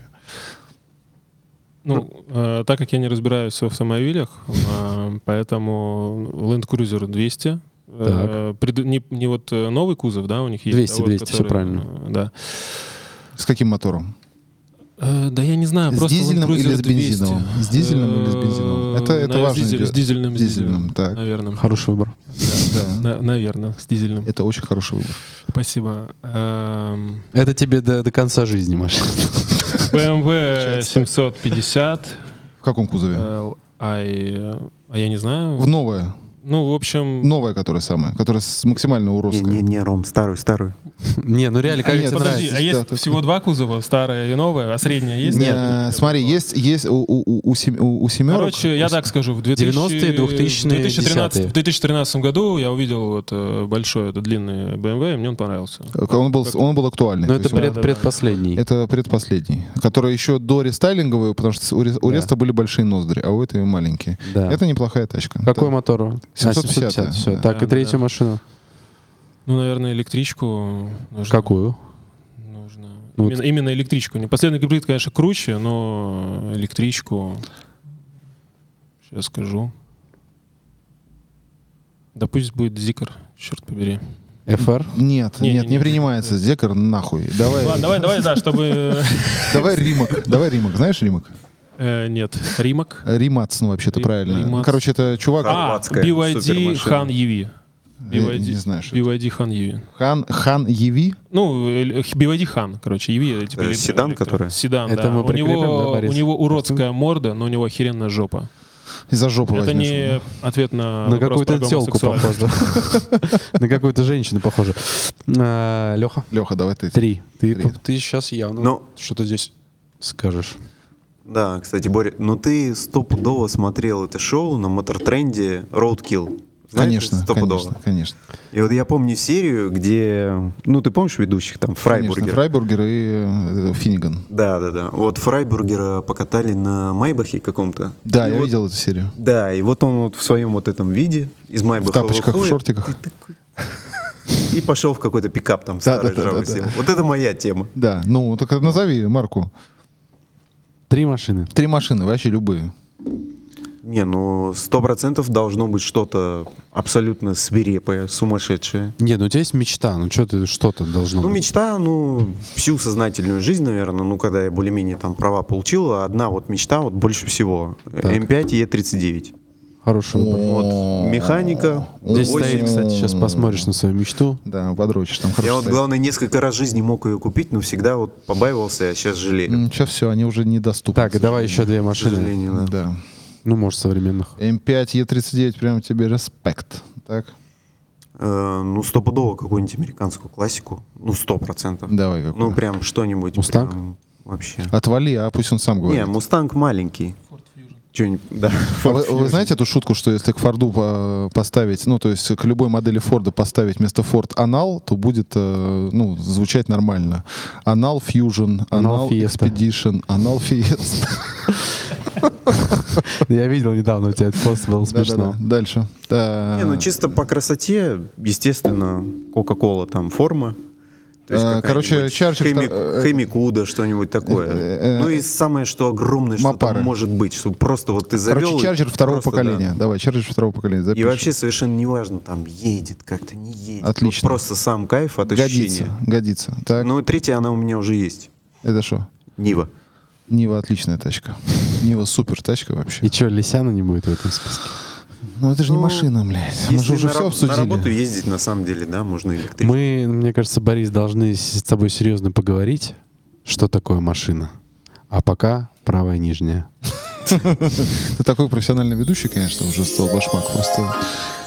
Ну, э, так как я не разбираюсь в автомобилях, э, поэтому Land Cruiser двести. э, пред- не, не вот э, новый кузов, да, у них есть. двести, а вот двести, всё который, правильно. э, Да. С каким мотором? Э, да я не знаю, С просто дизельным Land Cruiser или с двести. бензиновым? С дизельным или с бензиновым? Это- это Наверное, важно С, дизель- идет. с дизельным, С с дизельным, дизельным, так. наверное. Хороший выбор. Да. наверное, с дизельным. Это очень хороший выбор. Спасибо. Эм, Это тебе до, до конца жизни машина. бэ эм вэ семьсот пятьдесят. В каком кузове? э, ай, э, а я не знаю. В новое. Ну, в общем... Новая, которая самая, которая с максимально уродская. Не-не-не, Ром, старую, старую. Не, ну реально, как А нет, тебе Подожди, нравится? а есть Да, так- всего два кузова, старая и новая, а средняя есть? Не, смотри, есть, есть у, у, у, у, сем- у- у семерок... Короче, я так скажу, в девяностые, двухтысячные, в две тысячи тринадцатом десятые. в две тысячи тринадцатом году я увидел вот э, большой, это длинный бэ эм вэ, и мне он понравился. Он был, он был актуальный. Ну То это есть он- пред- да, да. предпоследний. Это предпоследний. Который еще до рестайлинговый, потому что у, ре- у Да. Реста были большие ноздри, а у этой маленькие. Да. Это неплохая тачка. Какой Да. мотор? семьсот пятьдесят. Все. Да. Так, и Да, третью да. машину. Ну, наверное, электричку нужно. Какую? Нужно. Ну, именно, именно электричку. Не последний гибрид, конечно, круче, но электричку. Сейчас скажу. Да пусть будет Зикр, черт побери. эф ар? Нет, Не, нет, не, не, не. принимается. Зекер нахуй. Давай, Ладно, давай, давай, да, чтобы... давай Римок. Давай Римок. Знаешь Римок? э, Нет, Римак. Римац, ну вообще-то Рим- правильно. Римац. Короче, это чувак... А, Хорватская би вай ди супермашина. Хан Еви. Я не знаю, что би вай ди Хан Еви. Хан, Хан Еви? Ну, э, би вай ди Хан, короче, Еви. Типа, Э, электро- седан, электро- который? Седан, Это да. мы у, прикрепим, да, него, Борис? у него уродская морда, но у него охеренная жопа. Из-за жопы Это возьмешь. не ответ на, На вопрос какую-то про телку гомосексуальность. похоже. На какую-то женщину похоже. Леха? Леха, давай ты. Три. Ты, Три. ты сейчас явно Ну. что-то здесь скажешь. Да, кстати, Боря, ну ты стопудово смотрел это шоу на Мотортренде Roadkill. Знаешь, Конечно, стопудово. конечно, конечно. И вот я помню серию, где, ну ты помнишь ведущих там, Конечно, Фрайбургер? Фрайбургер и э, Финниган. Да, да, да. Вот Фрайбургера покатали на Майбахе каком-то. Да, И я вот- видел эту серию. Да, и вот он вот в своем вот этом виде из Майбаха В тапочках, в выходит, шортиках. и такой- И пошел в какой-то пикап там Да, старый да, да, ржавый да, сел. да. Вот это моя тема. Да, ну, так назови марку. Три машины. Три машины, вообще любые. Не, ну сто процентов должно быть что-то абсолютно свирепое, сумасшедшее. Не, ну у тебя есть мечта, ну что ты, что-то должно Ну, быть. мечта, ну, всю сознательную жизнь, наверное, ну, когда я более-менее там права получил, одна вот мечта вот больше всего. эм пять Е тридцать девять. Хороший выбор. Вот. Механика. Здесь очень- стоит, кстати, сейчас посмотришь на свою мечту. Да, подрочишь, там хорошо Я вот, стоит. главное, несколько раз в жизни мог ее купить, но всегда вот побаивался, а сейчас жалею. Сейчас все, они уже недоступны. Так, и давай еще две К машины. сожалению, да. Да. Ну, может, современных. эм пять Е тридцать девять, прям тебе респект. Так, Э, ну, стопудово какую-нибудь американскую классику. Ну, сто процентов. давай какой. Ну, прям что-нибудь. Мустанг? прям вообще. Отвали, а пусть он сам Не, говорит. Мустанг маленький. Что-нибудь, да. А вы, вы знаете эту шутку, что если к Форду по- поставить, ну, то есть к любой модели Форда поставить вместо Форд анал, то будет, э, ну, звучать нормально. Анал Fusion, Анал Анал Fiesta. Expedition, Анал Fiesta. Я видел недавно, у тебя этот пост был смешно. Да-да-да. Дальше. Да. Не, ну чисто по красоте, естественно, Кока-Кола там форма. То есть Э, короче, какая-нибудь чарджер... Хэми- э, Хэмикуда, что-нибудь такое. э, э, Ну и самое, что огромное, что Мапары. там может быть. Чтобы просто вот ты завел... Короче, и чарджер второго просто, поколения. да. Давай, чарджер второго поколения. И запишем. вообще совершенно неважно, там едет, как-то не едет. Отлично. Вот просто сам кайф от Годится, ощущения. годится. Так, Ну и третья, она у меня уже есть. это что? Нива. Нива отличная тачка. Нива супер тачка вообще. И что, Лисяна не будет в этом списке? Ну это же не Ну, машина, блядь. Мы же Если уже на, все раб- обсудили. на работу ездить, на самом деле, да, можно электрически. Мы, мне кажется, Борис, должны с тобой серьезно поговорить, что такое машина. А пока правая нижняя. Ты такой профессиональный ведущий, конечно, уже стал башмак просто.